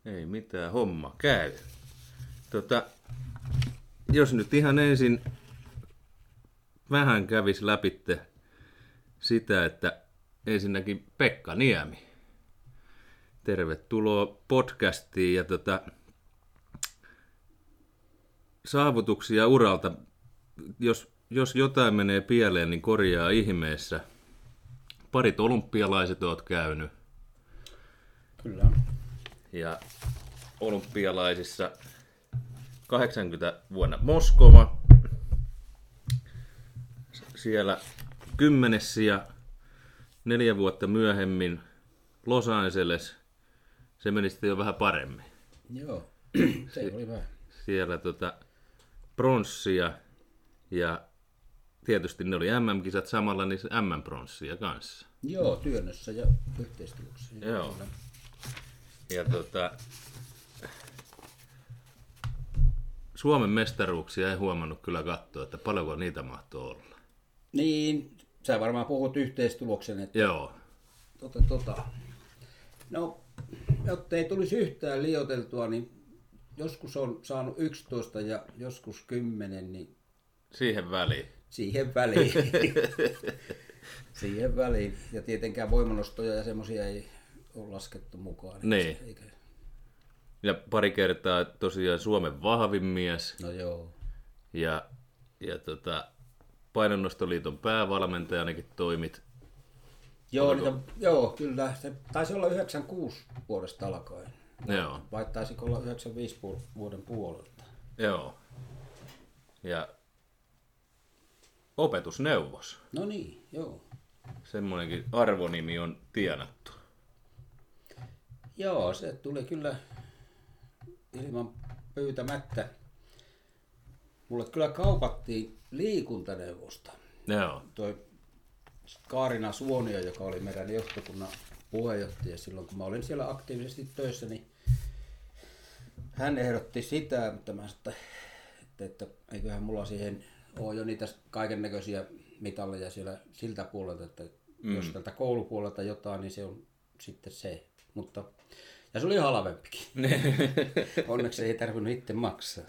Ei mitään, homma käy. Jos nyt ihan ensin vähän kävis läpitte sitä, että ensinnäkin Pekka Niemi. Tervetuloa podcastiin ja saavutuksia uralta. Jos jotain menee pieleen, niin korjaa ihmeessä. Parit olympialaiset oot käynyt. Kyllä. Ja olympialaisissa 80 vuonna Moskova. Siellä 10. ja 4 vuotta myöhemmin Los Angeles. Se meni sitten jo vähän paremmin. Joo, se oli vähän. Siellä pronssia ja tietysti ne oli MM-kisat samalla, niin MM-pronssia kanssa. Joo, työnnössä ja yhteistyössä. Joo. Ja Suomen mestaruuksia ei huomannut kyllä katsoa, että paljonko niitä mahtoi olla. Niin, sä varmaan puhut yhteistuloksen, että Joo. No, jotta ei tulisi yhtään liioiteltua, niin joskus on saanut 11 ja joskus 10, niin Siihen väliin. siihen väliin. Siihen väliin. Ja tietenkään voimanostoja ja semmoisia ei ole laskettu mukaan. Niin. Eikä... Ja pari kertaa tosiaan Suomen vahvin mies. No joo. Ja Painonnostoliiton päävalmentajanakin toimit. Joo, kyllä. Se taisi olla 96 vuodesta alkaen. Joo. Vai taisiko olla 95 vuoden puolelta? Joo. Ja opetusneuvos. No niin, joo. Semmoinenkin arvonimi on tienattu. Joo, se tuli kyllä ilman pyytämättä. Mulle kyllä kaupattiin liikuntaneuvosta. Joo. Toi Kaarina Suonio, joka oli meidän johtokunnan puheenjohtaja silloin, kun mä olin siellä aktiivisesti töissä, niin hän ehdotti sitä, mutta mä sanoin, että eiköhän mulla siihen ole jo niitä kaiken näköisiä mitalleja siellä siltä puolelta, että jos tältä koulupuolelta jotain, niin se on sitten se. Mutta, ja se oli halvempikin. Onneksi ei tarvinnut itse maksaa.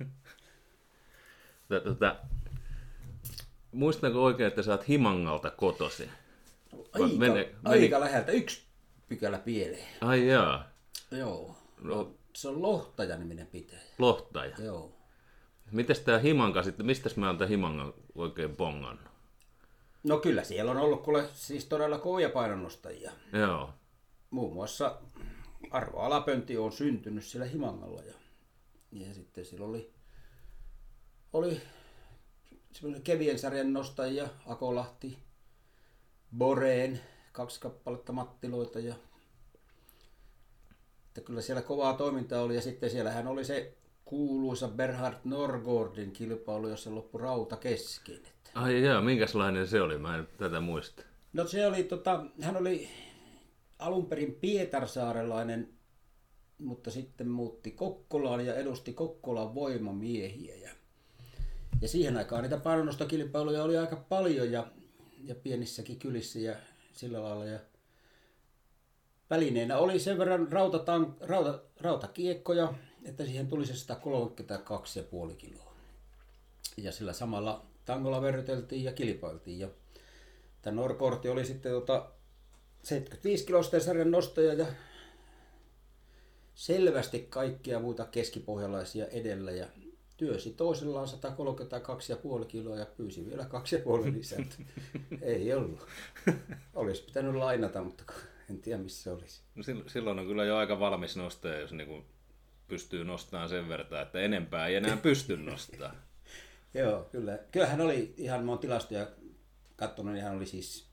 Muistanko oikein, että sä oot Himangalta kotosi? Aika läheltä. 1 pykälä pieleen. Ai jaa. Joo. No, se on Lohtaja-niminen pitäjä. Lohtaja. Joo. Mites tää Himanka sitten, mistäs mä oon tää Himangan oikein bongannut? No kyllä siellä on ollut kuule siis todella kovia painonnostajia. Joo. Muun muassa Arvo Alapönti on syntynyt siellä Himangalla ja sitten sillä oli semmoinen kevyen sarjan nostajia, Akolahti, Boreen, 2 kappaletta Mattiloita ja että kyllä siellä kovaa toimintaa oli ja sitten siellähän oli se kuuluisa Berhard Norgårdin kilpailu, jossa loppui rauta kesken. Ai jaa, minkälainen se oli? Mä en tätä muista. No se oli, hän oli alun perin pietarsaarelainen, mutta sitten muutti Kokkolaan ja edusti Kokkolan voimamiehiä. Ja siihen aikaan niitä painonnostokilpailuja oli aika paljon ja pienissäkin kylissä ja sillä lailla. Ja välineenä sen verran rautakiekkoja, että siihen tuli se 132,5 kiloa. Ja sillä samalla tangolla verryteltiin ja kilpailtiin. Ja tämä Norgård oli sitten 75 kilosten sarjan nostaja ja selvästi kaikkia muita keskipohjalaisia edellä ja työsi toisellaan 132,5 kiloa ja pyysi vielä 2,5 lisää. Ei ollut. Olisi pitänyt lainata, mutta en tiedä missä olisi. No silloin on kyllä jo aika valmis nostaja, jos niinku pystyy nostamaan sen verran, että enempää ei enää pysty nostamaan. Joo, kyllä. Kyllähän oli ihan, mä oon tilastoja katsonut, niin hän oli siis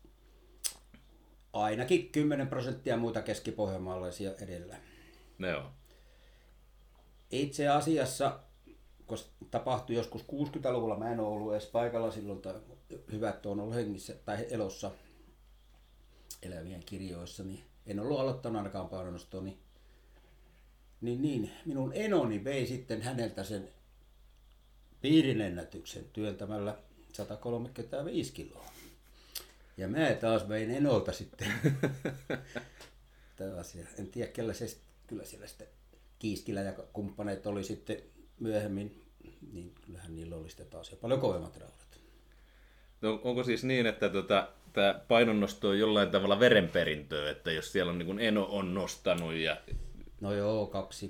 ainakin 10% muita keskipohjanmaalaisia edellä. Joo. Itse asiassa, kun tapahtui joskus 60-luvulla, mä en ole ollut edes paikalla silloin, tai hyvä, että on ollut hengissä tai elossa elävien kirjoissa, niin en ollut aloittanut ainakaan painonnostoa, niin minun enoni vei sitten häneltä sen piirinennätyksen työntämällä 135 kiloa. Ja mä taas vein enolta sitten taas. En tiedä, kellä se kyllä siellä sitten Kiiskilä ja kumppaneet oli sitten myöhemmin, niin kyllähän niillä oli sitten taas jo paljon kovemmat raudat. No, onko siis niin, että tämä painonnosto on jollain tavalla verenperintöä, että jos siellä on niin kuin eno on nostanut ja... No joo,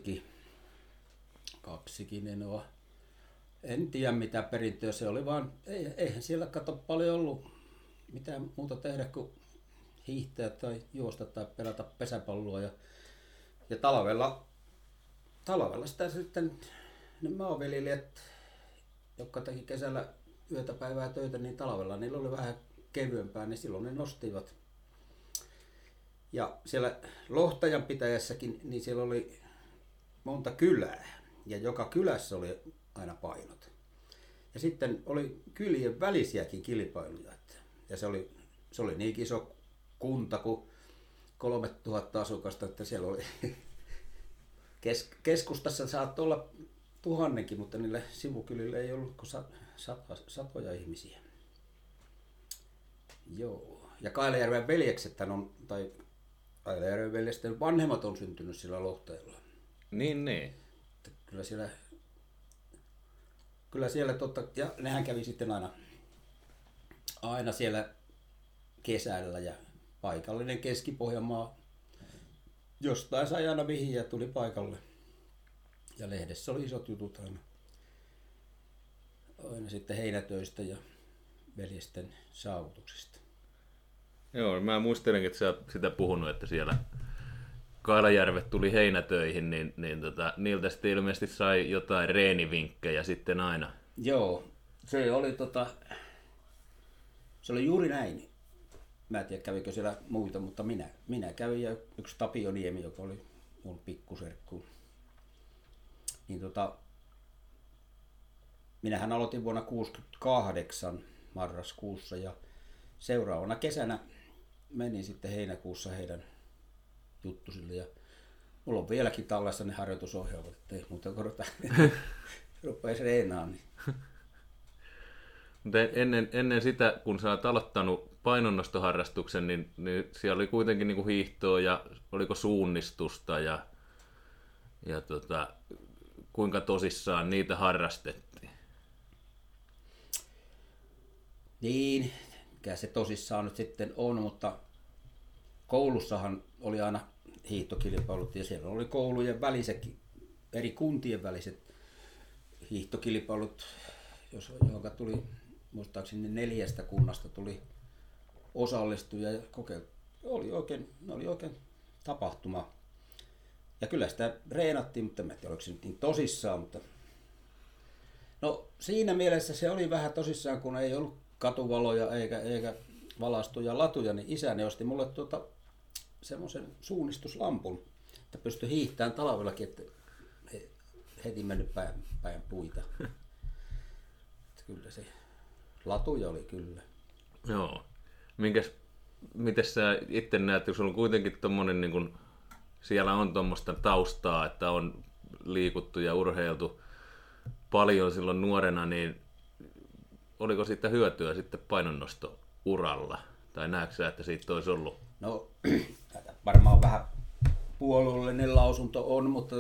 kaksikin enoa. En tiedä mitä perintöä se oli, vaan eihän siellä kato paljon ollut mitään muuta tehdä kuin hiihtää tai juosta tai pelata pesäpalloa. Ja talvella sitä sitten ne maanviljelijät, jotka teki kesällä yötä päivää töitä, niin talvella niillä oli vähän kevyempää, niin silloin ne nostivat. Ja siellä Lohtajan pitäjässäkin, niin siellä oli monta kylää, ja joka kylässä oli aina painot. Ja sitten oli kylien välisiäkin kilpailuja. Ja se oli niin iso kunta kuin 3000 asukasta, että siellä oli keskustassa saattoi olla 1000, mutta niille sivukylille ei ollut kuin satoja ihmisiä. Joo. Ja Kailajärven veljeksethän on, tai Kailajärven veljesten vanhemmat on syntynyt sillä Lohtajalla. Niin. Kyllä siellä ja nehän kävi sitten aina siellä kesällä ja paikallinen Keski-Pohjanmaa jostain sai aina mihin ja tuli paikalle. Ja lehdessä oli isot jutut aina sitten heinätöistä ja veljesten saavutuksista. Joo, mä muistelenkin, että sä oot sitä puhunut, että siellä Kailajärvet tuli heinätöihin, niin niiltä sitten ilmeisesti sai jotain reenivinkkejä sitten aina. Joo, se oli juuri näin. Mä en tiedä kävikö siellä muita, mutta minä kävin ja yksi Tapio Niemi, joka oli mun pikkuserkku. Niin minähän aloitin vuonna 1968 marraskuussa ja seuraavana kesänä menin sitten heinäkuussa heidän juttusille ja mulla on vieläkin tallessa ne harjoitusohjelmat, ettei muuta kuin rupeaisi reenaamaan. Niin. Mutta ennen sitä, kun sä oot aloittanut painonnostoharrastuksen, niin siellä oli kuitenkin niinku hiihtoa ja oliko suunnistusta ja kuinka tosissaan niitä harrastettiin? Niin, mikä se tosissaan nyt sitten on, mutta koulussahan oli aina hiihtokilpailut ja siellä oli koulujen välisetkin, eri kuntien väliset hiihtokilpailut, johon tuli muistaakseni 4 kunnasta tuli osallistuja ja oli oikein tapahtuma. Ja kyllä sitä reenattiin, mutta en tiedä oliko se nyt niin tosissaan, mutta no siinä mielessä se oli vähän tosissaan, kun ei ollut katuvaloja eikä valaistuja latuja, niin isäni osti mulle semmoisen suunnistuslampun, että pystyi hiihtämään talvellakin, että heti mennyt päin puita. Että kyllä se latuja oli kyllä. Joo. Miten sä itse näet, kun sulla on kuitenkin tommonen, niin kun, siellä on tuommoista taustaa, että on liikuttu ja urheiltu paljon silloin nuorena, niin oliko siitä hyötyä sitten painonnosto-uralla? Tai näetkö sä, että siitä olisi ollut? No, varmaan vähän puolueellinen lausunto on, mutta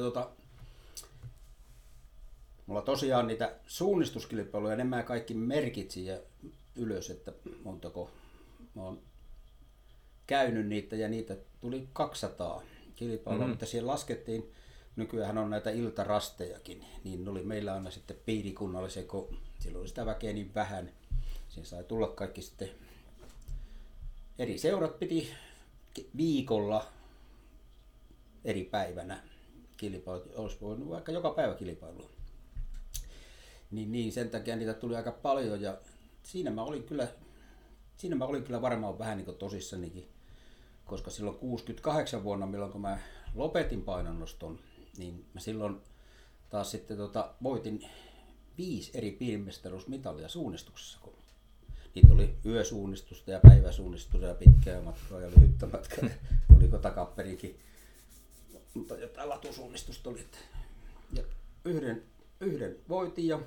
mulla tosiaan niitä suunnistuskilpailuja, ne mä kaikki merkitsin ja ylös, että montako mä oon käynyt niitä ja niitä tuli 200 kilpailua, mutta siellä laskettiin, nykyään on näitä iltarastejakin, niin oli meillä aina sitten piirikunnalle kun silloin oli sitä väkeä niin vähän, siinä sai tulla kaikki sitten, eri seurat piti viikolla eri päivänä kilpailut, olisi voinut vaikka joka päivä kilpailua. Niin sen takia niitä tuli aika paljon ja siinä mä olin kyllä varmaan vähän niin kuin tosissanikin, koska silloin 68 vuonna, milloin kun mä lopetin painonnoston, niin mä silloin taas sitten voitin 5 eri piirimestaruusmitalia suunnistuksessa. Kun niitä oli yösuunnistusta ja päiväsuunnistusta ja pitkää matkaa ja lyhyttä matkaa. Oliko takaperikin, mutta jotain latusuunnistusta oli. Ja yhden voitin ja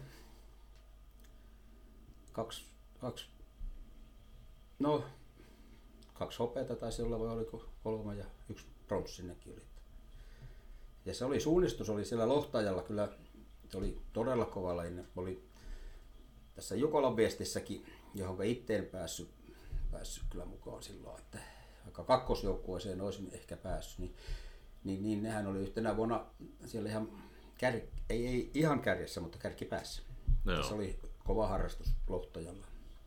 kaksi hopeata taisi olla, vai oliko 3 ja 1 pronssinenkin oli. Ja se oli suunnistus, oli siellä Lohtajalla kyllä, se oli todella kova laji. Oli tässä Jukolan viestissäkin, johon itse en päässyt kyllä mukaan silloin, että vaikka kakkosjoukkueeseen olisin ehkä päässyt, niin nehän oli yhtenä vuonna siellä ihan ei ihan kärjessä, mutta kärkipäässä. No. Se oli kova harrastus Lohtajalla.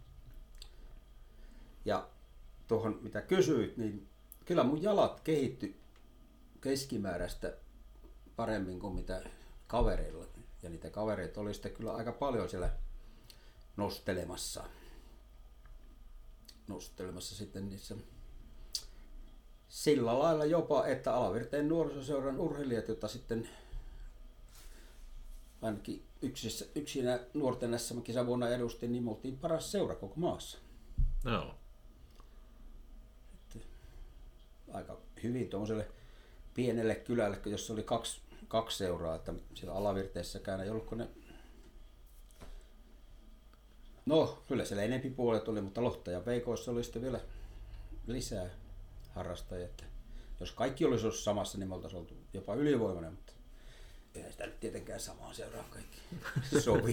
Ja tuohon mitä kysyit, niin kyllä mun jalat kehittyi keskimääräistä paremmin kuin mitä kavereilla. Ja niitä kavereita oli sitten kyllä aika paljon siellä nostelemassa sitten niissä sillä lailla jopa, että Alavirteen nuorisoseuran urheilijat, joita sitten ainakin yksinä nuorten SM-kisavuonna edustin, niin me oltiin paras seura koko maassa. No. Aika hyvin tuollaiselle pienelle kylälle, jossa oli kaksi seuraa, että siellä Alavirteessäkään ei ollut, kun ne... No, kyllä siellä enempi puolet oli, mutta Lohtajan veikoissa oli sitten vielä lisää harrastajia. Että jos kaikki olisi ollut samassa, niin me oltaisiin oltu jopa ylivoimainen, mutta eihän sitä nyt tietenkään samaan seuraan kaikki sovi.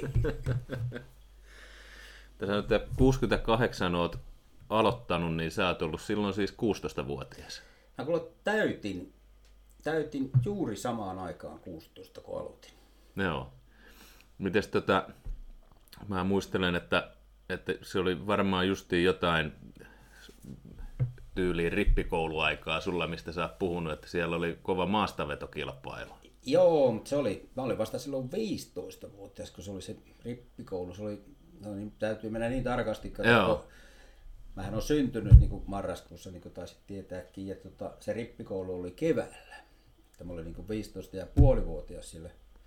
Tässä nyt 68 olet aloittanut, niin sä oot ollut silloin siis 16-vuotias. Mä kun täytin juuri samaan aikaan 16, kun aloitin. Joo. Mites mä muistelen, että se oli varmaan justiin jotain tyyliin rippikouluaikaa sulla, mistä sä oot puhunut, että siellä oli kova maastavetokilpailu. Joo, mutta mä olin vasta silloin 15-vuotias, kun se oli se rippikoulu. Se oli, no niin, täytyy mennä niin tarkasti, että mähän on syntynyt niin kuin marraskuussa, niin kuin taisit tietääkin, ja se rippikoulu oli keväällä. Että mä olin niin kuin 15,5-vuotias sille.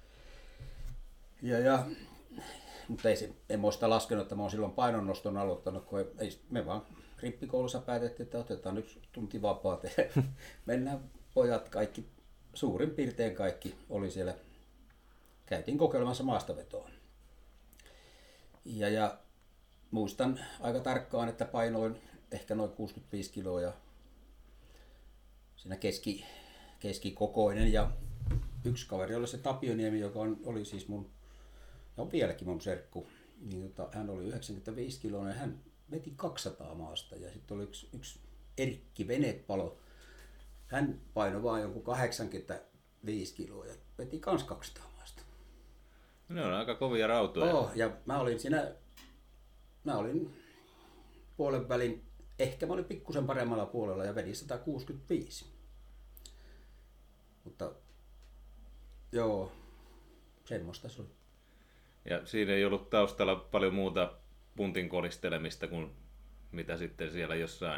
Mutta en mä sitä laskenut, että mä oon silloin painonnoston aloittanut, kun me vaan rippikoulussa päätettiin, että otetaan 1 tunti vapaata. Mennään pojat kaikki, suurin piirtein kaikki oli siellä, käytiin kokeilemassa maastavetoa. Ja muistan aika tarkkaan, että painoin ehkä noin 65 kiloa ja siinä keskikokoinen. Ja yksi kaveri oli se Tapio Niemi, joka oli siis on vieläkin mun serkku. Niin hän oli 95 kiloa ja hän veti 200 maasta. Ja sitten oli yksi Erkki Venepalo. Hän painoi vaan jonkun 85 kiloa ja veti kans 200 maasta. Ne on aika kovia rautoja. Ja mä olin puolen välin, ehkä mä olin pikkusen paremmalla puolella ja vedin 165. Mutta joo, semmoista se oli. Ja siinä ei ollut taustalla paljon muuta puntin kolistelemista kuin mitä sitten siellä jossain.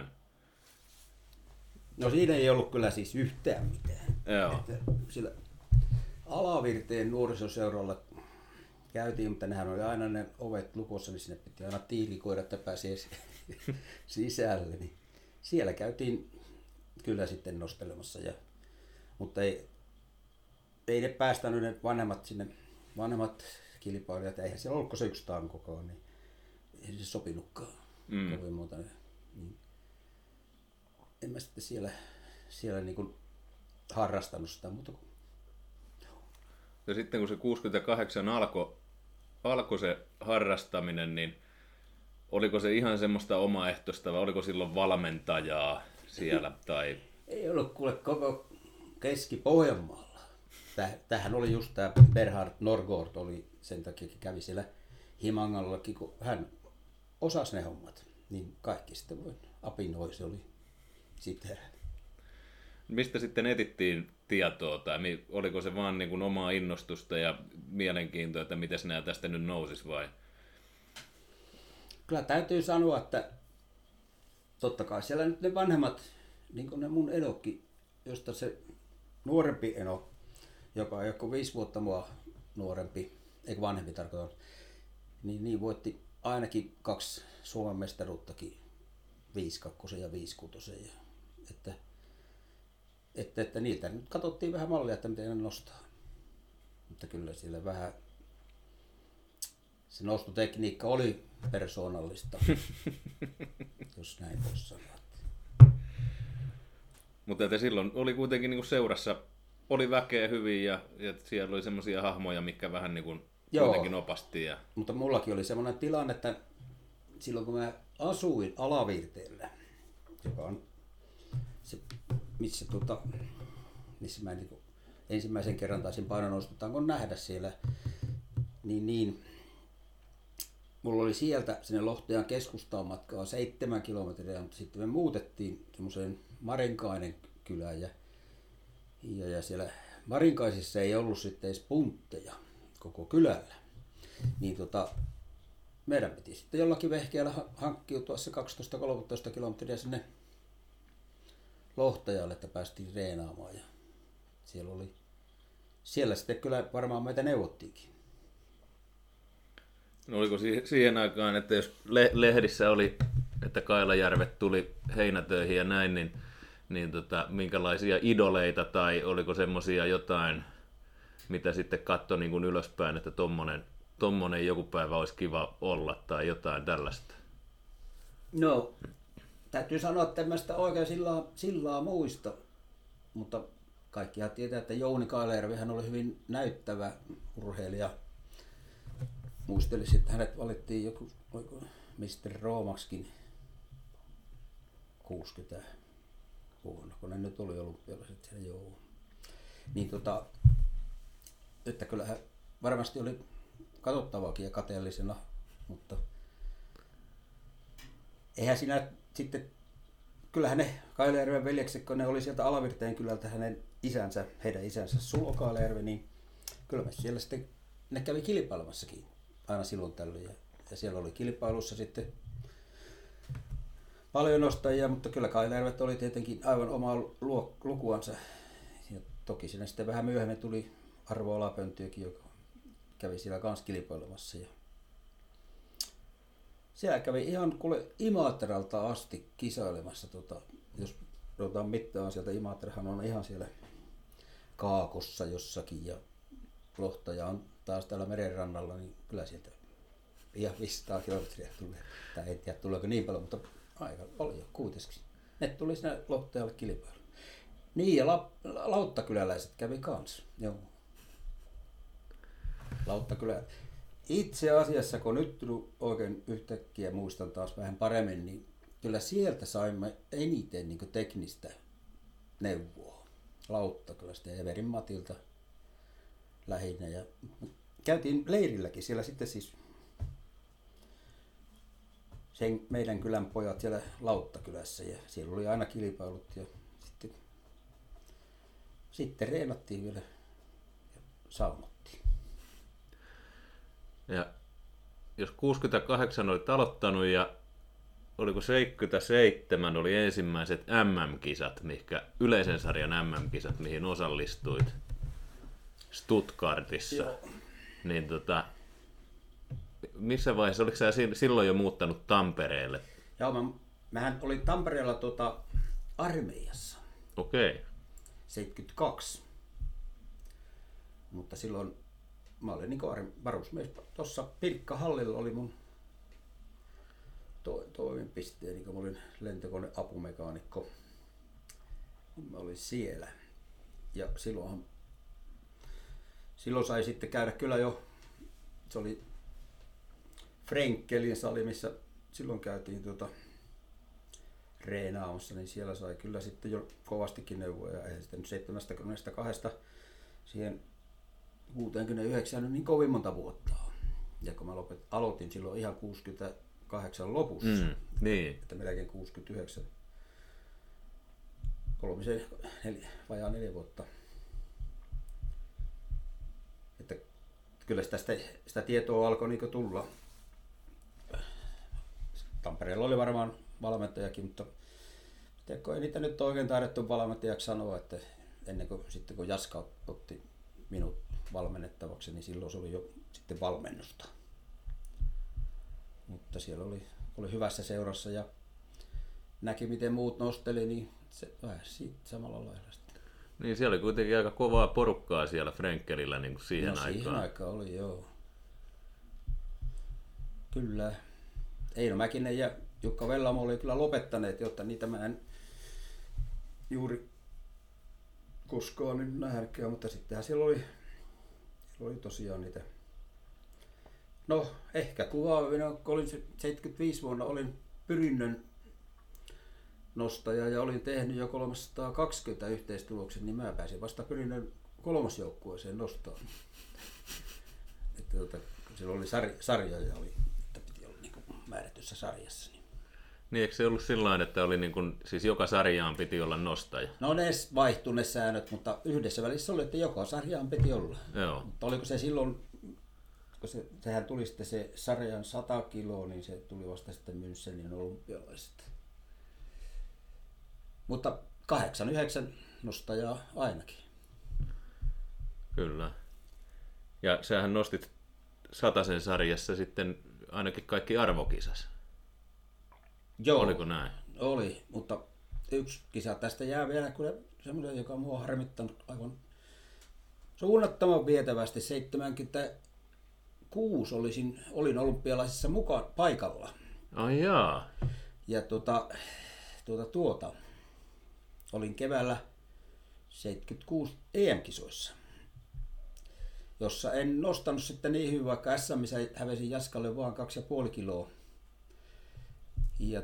No siinä ei ollut kyllä siis yhtään mitään. Joo. Sillä Alavirteen nuorisoseuralla käytiin, mutta nehän oli aina ne ovet lukossa, niin sinne piti aina tiirikoida, että pääsee sisälle. Niin siellä käytiin kyllä sitten nostelemassa. Mutta ei ne päästänyt ne vanhemmat kilpailijat, eihän siellä ollut se yksi tankokaan, niin ei se sopinutkaan kovin muuta. Niin en mä sitten siellä niin kuin harrastanut sitä muuta kuin. Ja sitten kun se 68 alkoi se harrastaminen, niin oliko se ihan semmoista omaehtoista vai oliko silloin valmentajaa siellä? Tai... Ei ollut kuule koko Keski-Pohjanmaalla. Tämähän oli just tämä Berhard Norgård, oli sen takia kävi siellä Himangallakin, kun hän osasi ne hommat. Niin kaikki sitten apinoi, se oli sitä. Mistä sitten etittiin tietoa tai oliko se vaan niin kuin omaa innostusta ja mielenkiintoa, että miten nämä tästä nyt nousis vai? Kyllä täytyy sanoa, että totta kai siellä nyt ne vanhemmat, niin kuin ne mun enokki, josta se nuorempi eno, joka on joku 5 vuotta mua nuorempi, eikä vanhempi tarkoitan, niin voitti ainakin 2 Suomen mestaruuttakin 5-2 ja 5-6. Että niiltä nyt katsottiin vähän mallia, että miten ne nostaa. Mutta kyllä siellä vähän se nostotekniikka oli persoonallista, jos näin voisi sanoa. Mutta että silloin oli kuitenkin niin kuin seurassa oli väkeä hyvin ja siellä oli semmoisia hahmoja, mitkä vähän niin kuin Joo. kuitenkin opasti. Ja... Mutta mullakin oli semmoinen tilanne, että silloin kun mä asuin Alavirteellä, joka on se, missä mä niin ensimmäisen kerran taisin painonnostotangon nähdä siellä, niin mulla oli sieltä sinne Lohtajan keskustaan matkaa 7 kilometriä, mutta sitten me muutettiin semmoiseen Marinkainen kylään ja siellä Marinkaisissa ei ollut sitten edes puntteja koko kylällä. Niin meidän piti sitten jollakin vehkeellä hankkiutua se 12-13 kilometriä sinne Lohtajalle, että päästiin reenaamaan. Ja siellä sitten kyllä varmaan meitä neuvottiinkin. No oliko siihen aikaan, että jos lehdissä oli, että Kailajärvet tuli heinätöihin ja näin, niin minkälaisia idoleita tai oliko semmoisia jotain, mitä sitten katsoi niin kuin ylöspäin, että tommonen joku päivä olisi kiva olla tai jotain tällaista? No, täytyy sanoa, että en mä sitä oikein sillaa muista, mutta kaikkihan tietää, että Jouni Kailajärvihän oli hyvin näyttävä urheilija. Muistelisin, että hänet valittiin joku Mr. Roomaksikin 60 vuonna, kun ne nyt oli olympialaiset siellä, joo. Niin että kyllähän varmasti oli katsottavaakin ja kateellisena, mutta eihän siinä sitten, kyllähän ne Kailajärven veljekset, kun ne oli sieltä Alavirteen kylältä heidän isänsä Sulo Kailajärvi, niin kyllä me siellä sitten ne kävi kilpailemassakin aina silloin tällöin ja siellä oli kilpailussa sitten paljon nostajia, mutta kyllä Kailajärvet oli tietenkin aivan omaa lukuansa. Ja toki siinä sitten vähän myöhemmin tuli Arvo Alapöntyykin, joka kävi siellä kanssa kilpailemassa. Ja siellä kävi ihan Imatralta asti kisailemassa. Jos otetaan mittaan sieltä, Imatrahan on ihan siellä Kaakossa jossakin ja Lohtaja on taas täällä merenrannalla, niin kyllä sieltä ihan 500 kilometriä tulee. Tai en tiedä tuleeko niin paljon, mutta aika paljon kuitenkin. Ne tuli sinne Lohtajalle kilpailuun. Niin ja Lauttakyläläiset kävi kans. Joo. Lauttakylä. Itse asiassa, kun nyt oikein yhtäkkiä muistan taas vähän paremmin, niin kyllä sieltä saimme eniten niin teknistä neuvoa. Lauttakylästä ja Everin Matilta lähinnä. Ja käytiin leirilläkin siellä sitten siis sen meidän kylän pojat siellä Lauttakylässä ja siellä oli aina kilpailut ja sitten reenattiin vielä ja saunottiin. Ja jos 68 olit aloittanut ja oliko 77 oli ensimmäiset MM-kisat, yleisen sarjan MM-kisat, mihin osallistuit Stuttgartissa. Joo. Niin missä vaiheessa, oliko sä silloin jo muuttanut Tampereelle? Joo, mähän olin Tampereella armeijassa. Okei. Okay. 72. Mutta silloin mä olin niin varusmies. Tuossa Pirkkahallilla oli mun toimipisteeni, kun mä olin lentokoneapumekaanikko. Mä olin siellä. Ja silloin sai sitten käydä kyllä jo, se oli Frenkelin sali, missä silloin käytiin reenaamassa, niin siellä sai kyllä sitten jo kovastikin neuvoja. Eihän sitten 72 siihen 69 niin kovin monta vuotta on. Ja kun mä aloitin silloin ihan 68 lopussa, niin. Että melkein 69, vajaa 4 vuotta. Että kyllä sitä tietoa alkoi niin tulla. Tampereella oli varmaan valmentajakin, mutta ei niitä nyt oikein taidettu valmentajaksi sanoa, että ennen kuin sitten kun Jaska otti minut valmennettavaksi, niin silloin se oli jo sitten valmennusta. Mutta siellä oli hyvässä seurassa ja näki miten muut nosteli, niin se pääsi siitä samalla lailla sitten. Niin siellä oli kuitenkin aika kovaa porukkaa siellä Frenkelillä niin kuin siihen aikaan. Siihen aikaan oli, joo. Kyllä. Eino Mäkinen ja Jukka Vellamo oli kyllä lopettaneet, jotta niitä mä en juuri koskaan nyt nähnytkään, mutta sittenhän siellä oli tosiaan niitä. No ehkä kuvaavina, kun olin 75 vuonna, olin pyrinnön nostaja ja olin tehnyt jo 320 yhteistuloksen, niin mä pääsin vasta pyrinnön kolmosjoukkueeseen nostamaan. Että silloin oli sarjoja, että piti olla niin määrätyssä sarjassa. Niin eikö se ollut sillain, että oli niin kuin, siis joka sarjaan piti olla nostaja? No ne vaihtui ne säännöt, mutta yhdessä välissä oli, että joka sarjaan piti olla. Joo. Mutta oliko se silloin, kun sehän tuli sitten se sarjan 100 kiloa, niin se tuli vasta sitten Münchenin olympialaiset. Mutta 8-9 nostajaa ainakin. Kyllä. Ja sähän nostit 100 sarjassa sitten ainakin kaikki arvokisas. Joo, oliko näin? Oli, mutta yksi kisa tästä jää vielä kyllä semmoinen, joka mua on harmittanut aivan suunnattoman vietävästi. 76 olin olympialaisissa mukaan paikalla. Ai jaa. Ja olin keväällä 76 EM-kisoissa, jossa en nostanut sitten niin hyvin, vaikka SM:ssä hävesin Jaskalle vaan 2,5 kiloa. Ja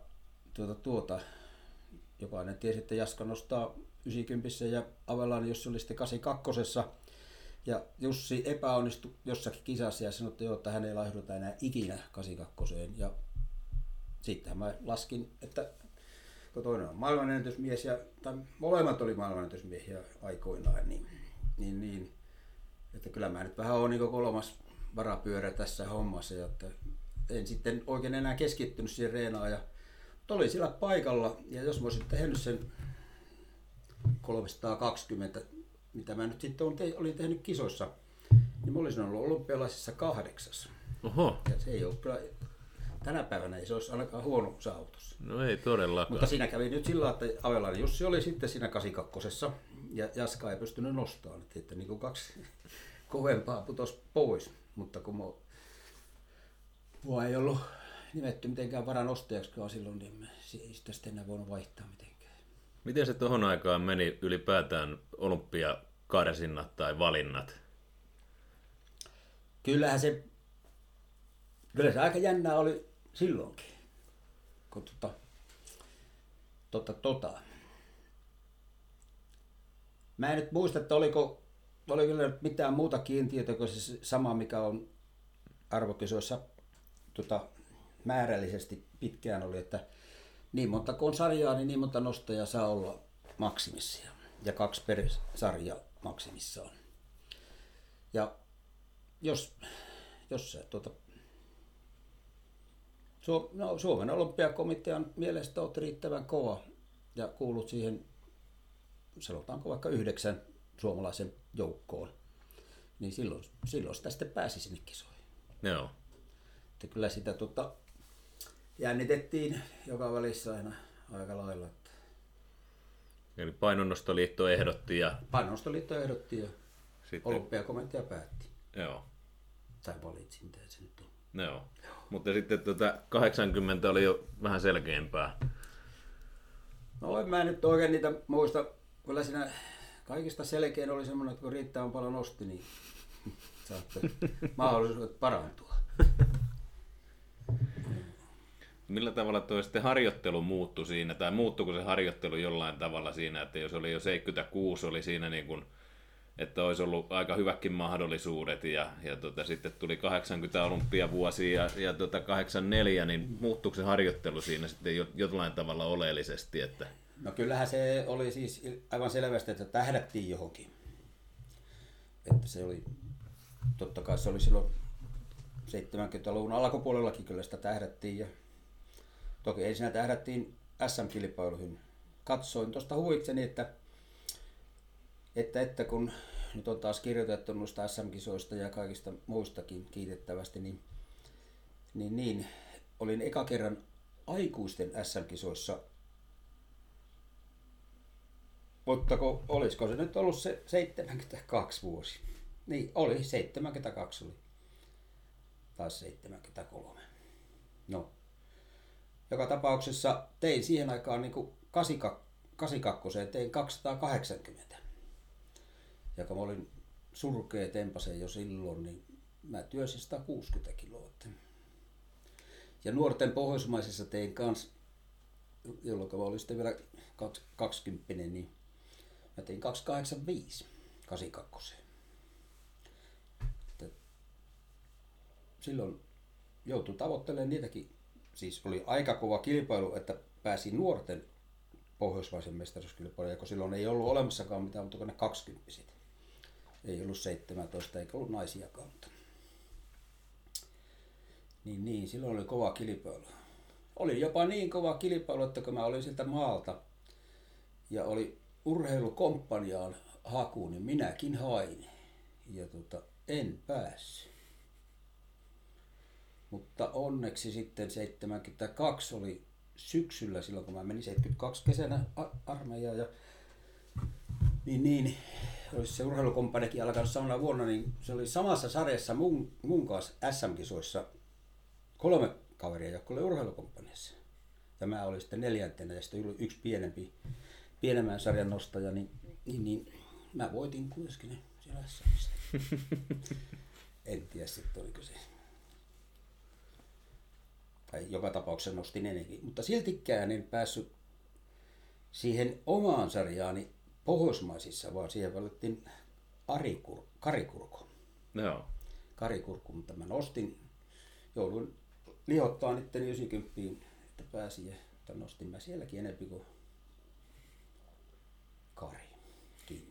jokainen tiesi, että Jaska nostaa 90 ja Avelainen Jussi oli sitten 82. Ja Jussi epäonnistui jossakin kisassa ja sanoi, että hän ei laihduta enää ikinä 82. Ja sittenhän mä laskin, että kun toinen on maailmanennätysmies tai molemmat oli maailmanennätysmiehiä aikoinaan, niin että kyllä mä nyt vähän olen niin kolmas varapyörä tässä hommassa. Ja että en sitten oikein enää keskittynyt siihen reenaan ja olin siellä paikalla ja jos mä olisin tehnyt sen 320, mitä mä nyt sitten olin tehnyt kisoissa, niin mä olisin ollut olympialaisissa 8. Oho. Ja se ei ole kyllä, tänä päivänä ei se olisi ainakaan huono saavutus. No ei todellakaan. Mutta siinä kävi nyt sillä tavalla, että Avelainen Jussi oli sitten siinä 82 ja Jaska ei pystynyt nostamaan, että niin kuin 2 kovempaa putosi pois, mutta kun mua ei ollut nimetty mitenkään varanostajaksikaan silloin, niin ei sitä sitten enää voinut vaihtaa mitenkään. Miten se tohon aikaan meni ylipäätään olympiakarsinnat tai valinnat? Kyllä se aika jännää oli silloinkin. Kun Mä en nyt muista, että oliko kyllä mitään muuta kiintiötä kuin se sama, mikä on arvokisoissa määrällisesti pitkään oli, että niin monta kun on sarjaa, niin monta nostajaa saa olla maksimissaan. Ja 2 per sarja maksimissaan. Ja jos sä Suomen olympiakomitean mielestä olet riittävän kova ja kuulut siihen, sanotaanko vaikka 9 suomalaisen joukkoon, niin silloin sitä sitten pääsi sinne kisoihin. Joo. Että kyllä sitä jännitettiin joka välissä aina aika lailla. Että Eli Painonnostoliitto ehdotti ja Painonnostoliitto ehdotti ja sitten olympiakomitea päätti. Joo. Tai valitsi, mitä se nyt on. Joo. Mutta sitten 80 oli jo vähän selkeämpää. No en mä nyt oikein niitä muista. Kyllä siinä kaikista selkein oli semmoinen, että kun riittävän paljon nosti, niin saatte mahdollisuudet parantua. Millä tavalla tuo sitten harjoittelu muuttui siinä, tai muuttuiko se harjoittelu jollain tavalla siinä, että jos oli jo 76, oli siinä niin kuin, että olisi ollut aika hyvätkin mahdollisuudet, ja sitten tuli 80 olympiavuosia ja 84, niin muuttuiko se harjoittelu siinä sitten jollain tavalla oleellisesti? Että No kyllähän se oli siis aivan selvästi, että tähdättiin johonkin. Että se oli, totta kai se oli silloin 70-luvun alkupuolellakin kyllä sitä tähdättiin. Ja toki ei siinä tähdättiin SM-kilpailuihin. Katsoin tuosta huvikseni, että kun nyt on taas kirjoitettu noista SM-kisoista ja kaikista muistakin kiitettävästi, niin olin eka kerran aikuisten SM-kisoissa. Mutta olisiko se nyt ollut se 72 vuosi? Niin, oli 72 oli. Taas 73. No. Joka tapauksessa tein siihen aikaan niin kuin 82 tein 280. Ja kun mä olin surkea tempasen jo silloin, niin mä työsin 160 kiloa. Ja nuorten pohjoismaisissa tein kans, jolloin mä olin sitten vielä 20, niin mä tein 285 82. Silloin joutui tavoittelemaan niitäkin. Siis oli aika kova kilpailu, että pääsi nuorten pohjoismaisen mestaruuskilpailuun, kun silloin ei ollut olemassakaan mitään, mutta ne 20. Ei ollut 17 eikä ollut naisiakaan. Niin, silloin oli kova kilpailu. Oli jopa niin kova kilpailu, että kun mä olin sieltä maalta ja oli urheilukomppaniaan haku, niin minäkin hain. Ja en päässyt. Mutta onneksi sitten 72 oli syksyllä silloin, kun mä menin 72 kesänä armeijaan. Ja niin olisi se urheilukomppaniakin alkanut samana vuonna, niin se oli samassa sarjassa mun kanssa SM-kisoissa 3 kaveria, jotka oli urheilukomppaniassa. Ja mä olin sitten 4. ja sitten yksi pienemmän sarjan nostaja, niin mä voitin kuitenkin ne siellä SM:ssä. En tiedä sitten oliko se. Tai joka tapauksessa nostin ennenkin. Mutta siltikään en päässyt siihen omaan sarjaani pohjoismaisissa, vaan siihen valittiin karikurku. Joo. Karikurku, mutta mä nostin, jouduin lihottaa itteni 90, että pääsin, ja nostin mä sielläkin enempi kuin Kari kiinni.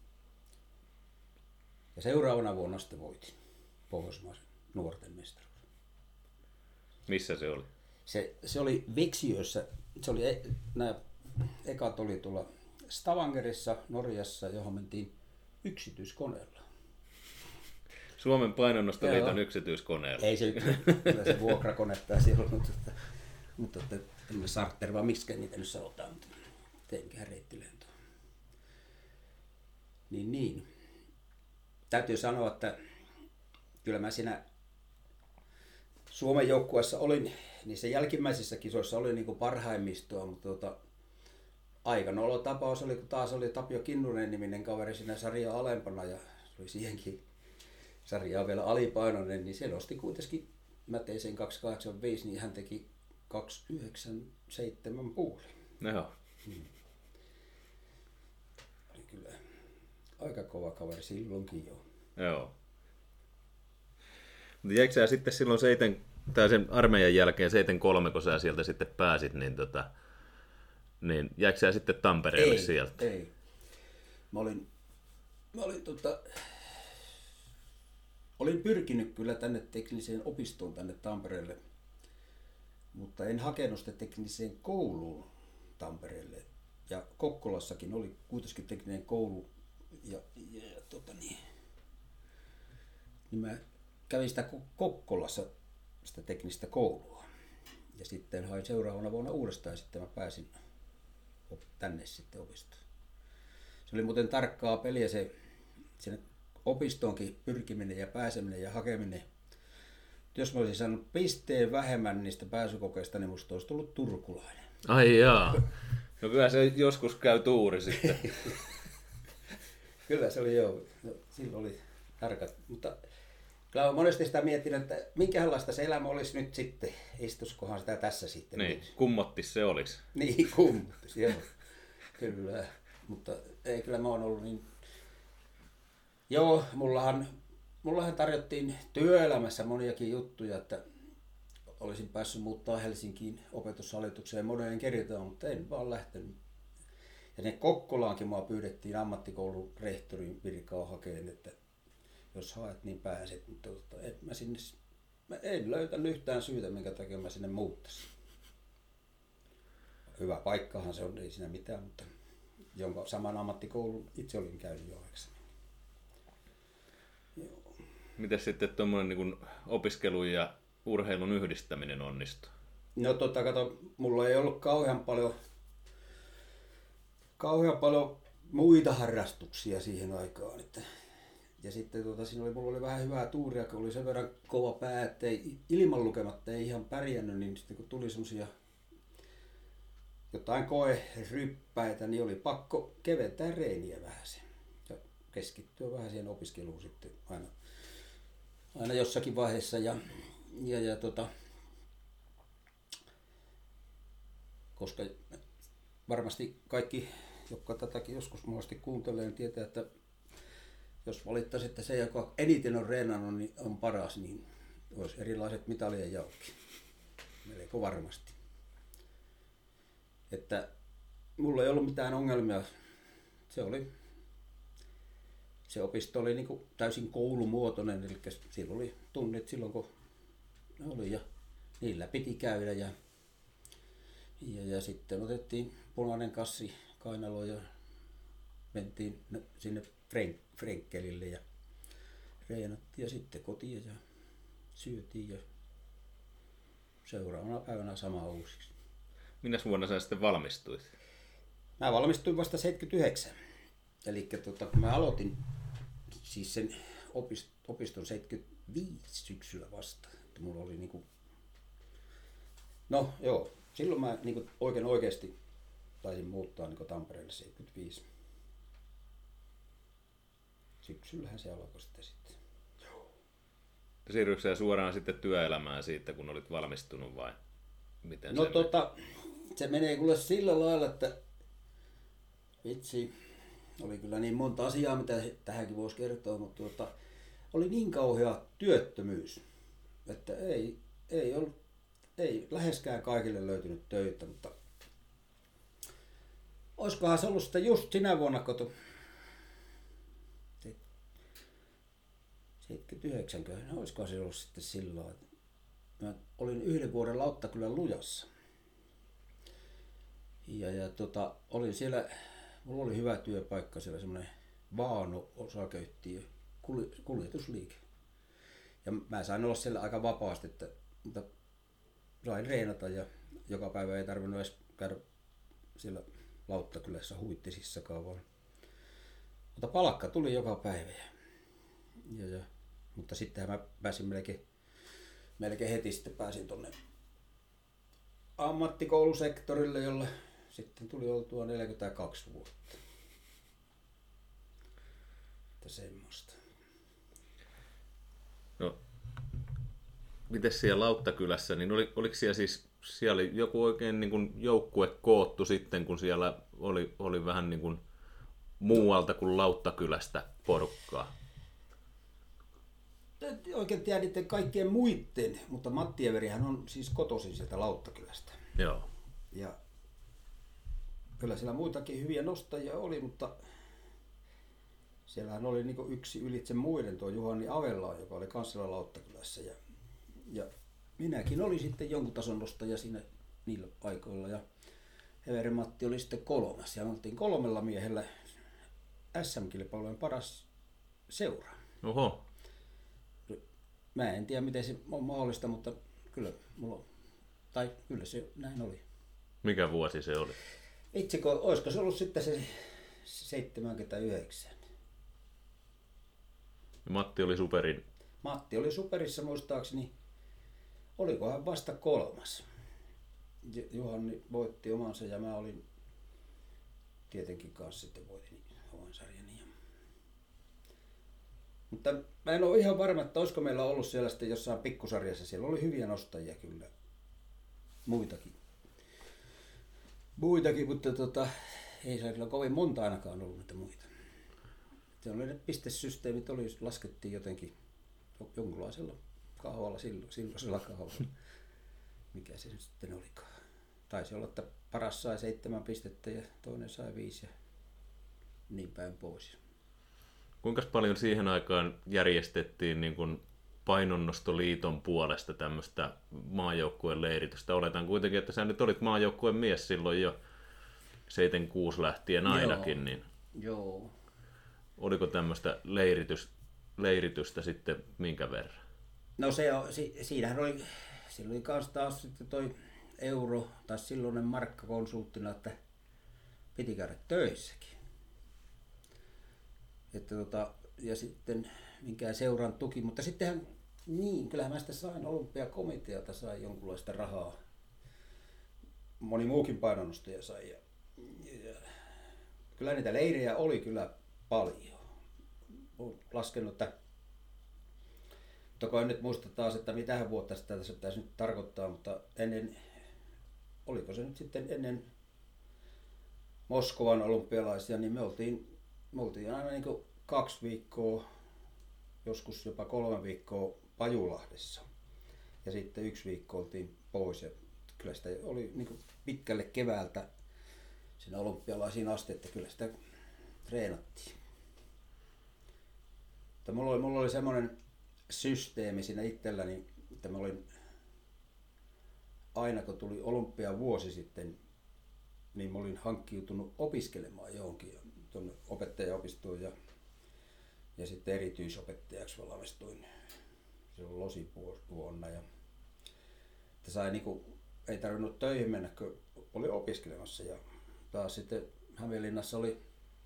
Ja seuraavana vuonna sitten voitin pohjoismaisen nuorten mestaruus. Missä se oli? Se oli Veksiössä, se oli, nämä ekat oli tuolla Stavangerissa, Norjassa, johon mentiin yksityiskoneella. Suomen painonnostoliiton yksityiskoneella. Ei se kyllä se vuokrakone pääsi ollut, mutta charter, vaan miksi niitä nyt sanotaan, mutta teinköhän reittilentoa. Niin. Täytyy sanoa, että kyllä mä siinä Suomen joukkueessa olin, niissä jälkimmäisissä kisoissa oli niin kuin parhaimmistoa, mutta aikanaolotapaus oli, kun taas oli Tapio Kinnunen niminen kaveri siinä sarjaa alempana ja se oli siihenkin sarjaa vielä alipainoinen, niin se nosti kuitenkin, mä tein sen 285, niin hän teki 297 puoli. Joo. Oli kyllä aika kova kaveri silloinkin jo. Joo. Mutta jäikö sä sitten silloin sen armeijan jälkeen 73, kun sä sieltä sitten pääsit, niin jäikö sä sitten Tampereelle sieltä? Ei. Mä olin pyrkinyt kyllä tänne tekniseen opistoon tänne Tampereelle, mutta en hakenut sitä tekniseen kouluun Tampereelle. Ja Kokkolassakin oli kuitenkin tekninen koulu niin mä kävin sitä Kokkolassa sitä teknistä koulua. Ja sitten hain seuraavana vuonna uudestaan ja sitten mä pääsin tänne sitten opistoon. Se oli muuten tarkkaa peliä se sinne opistoonkin pyrkiminen ja pääseminen ja hakeminen. Jos mä olisin saanut pisteen vähemmän niistä pääsykokeista, niin musta olisi tullut turkulainen. Ai jaa. No kyllä se joskus käy tuuri sitten. Kyllä se oli joo. No, silloin oli tarkat. Mutta kyllä olen monesti sitä miettinyt, että minkälaista se elämä olisi nyt sitten. Istuskohan sitä tässä sitten. Niin, nyt. kummottis se olisi. Niin, kummottis, joo. Kyllä. Mutta ei, kyllä mä oon ollut niin. Joo, mullahan tarjottiin työelämässä moniakin juttuja, että olisin päässyt muuttaa Helsinkiin opetushallitukseen moneen kertaan, mutta en vaan lähtenyt. Ja ne Kokkolaankin mua pyydettiin ammattikoulun rehtorin virkaa hakeen, että jos haet niin pääset, mutta mä en löytänyt yhtään syytä, minkä takia mä sinne muuttaisin. Hyvä paikkahan se on, ei siinä mitään, mutta jonka saman ammattikoulun itse olin käynyt jo aikaisemmin. Miten sitten tuommoinen niin opiskelun ja urheilun yhdistäminen onnistuu? No kato, mulla ei ollut kauhean paljon muita harrastuksia siihen aikaan. Ja sitten mulla oli vähän hyvää tuuria, kun oli sen verran kova pää, ettei ilman lukematta ei ihan pärjännyt, niin sitten kun tuli semmosia jotain koeryppäitä, niin oli pakko keventää reeniä vähän sen. Ja keskittyä vähän siihen opiskeluun sitten aina jossakin vaiheessa. Koska varmasti kaikki, jotka tätäkin joskus mahdollisesti kuuntelee, niin tietää, että jos valittaisi, että se, joka eniten on reenannut, niin on paras, niin olisi erilaiset mitalien jaokin. Melko varmasti. Että mulla ei ollut mitään ongelmia. Se opisto oli niin kuin täysin koulumuotoinen, eli siellä oli tunnit silloin, kun ne oli, ja niillä piti käydä. Ja sitten otettiin punainen kassi kainaloon ja mentiin sinne Frenkelille ja reenattiin ja sitten kotiin ja syötiin ja seuraavana päivänä sama uusiksi. Minä vuonna sä sitten valmistuit? Mä valmistuin vasta 79. Eli kun mä aloitin siis sen opiston 75 syksyllä vasta. Että mulla oli niinku... No joo, silloin mä niinku oikeasti taisin muuttaa niinku Tampereelle 75. Syksyllähän se alkoi sitten. Siirrytkö sä suoraan sitten työelämään siitä, kun olit valmistunut vai miten no se se menee kuule sillä lailla, että vitsi, oli kyllä niin monta asiaa, mitä tähänkin voisi kertoa, mutta oli niin kauhea työttömyys, että ei läheskään kaikille löytynyt töitä, mutta olisikohan se ollut sitten just sinä vuonna, kun 79, olisikohan se ollut sitten silloin, että mä olin 1 vuoden Lauttakylän Lujassa. Ja olin siellä, mulla oli hyvä työpaikka, siellä semmoinen Vaano-osakeyhtiö, kuljetusliike. Ja mä sain olla siellä aika vapaasti, mutta sain reenata ja joka päivä ei tarvinnut edes käydä siellä Lauttakylässä huittisissakaan vaan. Mutta palkka tuli joka päivä. Mutta sittenhän mä pääsin melkein heti sitten pääsin tonne ammattikoulusektorille, jolla sitten tuli oltua 42 vuotta. Että semmoista. No, mites siellä Lauttakylässä, niin oliko siellä oli joku oikein niin kuin joukkue koottu sitten, kun siellä oli vähän niin kuin muualta kuin Lauttakylästä porukkaa? En oikein tiedä niiden kaikkien muitten, mutta Matti Everihän on siis kotoisin sieltä Lauttakylästä. Joo. Ja kyllä siellä muitakin hyviä nostajia oli, mutta siellähän oli niinku yksi ylitse muiden tuo Juhani Avella, joka oli kans siellä Lauttakylässä. Ja minäkin olin sitten jonkun tason nostaja siinä niillä aikoilla. Ja Everi Matti oli sitten 3. Ja me oltiin 3 miehellä SM-kilpailujen paras seura. Oho. Mä en tiedä miten se on mahdollista, mutta kyllä se näin oli. Mikä vuosi se oli? Itse olisiko se ollut sitten se 79. Matti oli superissa muistaakseni. Olikohan vasta 3. Juhani voitti omansa ja mä olin tietenkin kanssa sitten voitin oman sarjani. Mutta mä en ole ihan varma, että olisiko meillä ollut siellä sitten jossain pikkusarjassa. Siellä oli hyviä nostajia kyllä. Muitakin, mutta ei se kyllä kovin monta ainakaan ollut niitä muita. Se oli ne pistesysteemit, laskettiin jotenkin jonkunlaisella kahvalla silloisella kahvalla. Mikä se nyt sitten olikaan. Taisi olla, että paras sai 7 pistettä ja toinen sai 5 ja niin päin pois. Kuinka paljon siihen aikaan järjestettiin niin kuin Painonnostoliiton puolesta tämmöistä maajoukkueen leiritystä? Oletan kuitenkin, että sä nyt olit maajoukkueen mies silloin jo 76 lähtien ainakin. Niin Joo. Oliko tämmöistä leiritystä sitten minkä verran? No siinähän oli kans taas sitten toi euro tai silloinen markkakonsulttina, että piti käydä töissäkin. Että ja sitten minkään seuran tuki, mutta sittenhän kyllähän mä sitä sain olympiakomitealta sai jonkunlaista rahaa. Moni muukin painonnostaja sai. Ja kyllä niitä leirejä oli kyllä paljon. olen laskenut, että toki nyt muista taas, että mitähän vuotta sitä tässä pitäisi nyt tarkoittaa, mutta oliko se nyt sitten ennen Moskovan olympialaisia, niin me oltiin aina niin kuin 2 viikkoa, joskus jopa 3 viikkoa Pajulahdessa. Ja sitten 1 viikko oltiin pois. Ja kyllä sitä oli niin kuin pitkälle keväältä siinä olympialaisiin asti, että kyllä sitä treenattiin. Mutta mulla oli semmoinen systeemi siinä itselläni, että mä olin aina kun tuli olympiavuosi sitten, niin mä olin hankkiutunut opiskelemaan johonkin tuonne opettajaopistoon ja sitten erityisopettajaksi valmistuin silloin losivuonna. Ja että sai niinku, ei tarvinnut töihin mennä, kun oli opiskelemassa. Ja taas sitten Hämeenlinnassa oli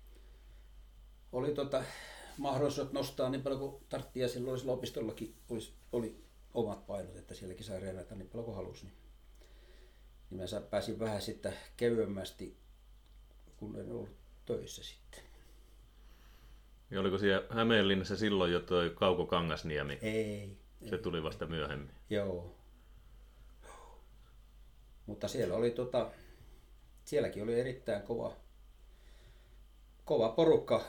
mahdollisuus nostaa niin paljon kuin tartti, ja silloin opistollakin oli omat painot, että sielläkin sai reenata niin paljon kuin halusi. Niin mä pääsin vähän sitten kevyemmästi, kun en ollut töissä sitten. Ja oliko siellä Hämeenlinnassa silloin jo toi Kauko Kangasniemi? Ei. Se tuli vasta myöhemmin. Joo. Mutta siellä oli sielläkin oli erittäin kova porukka.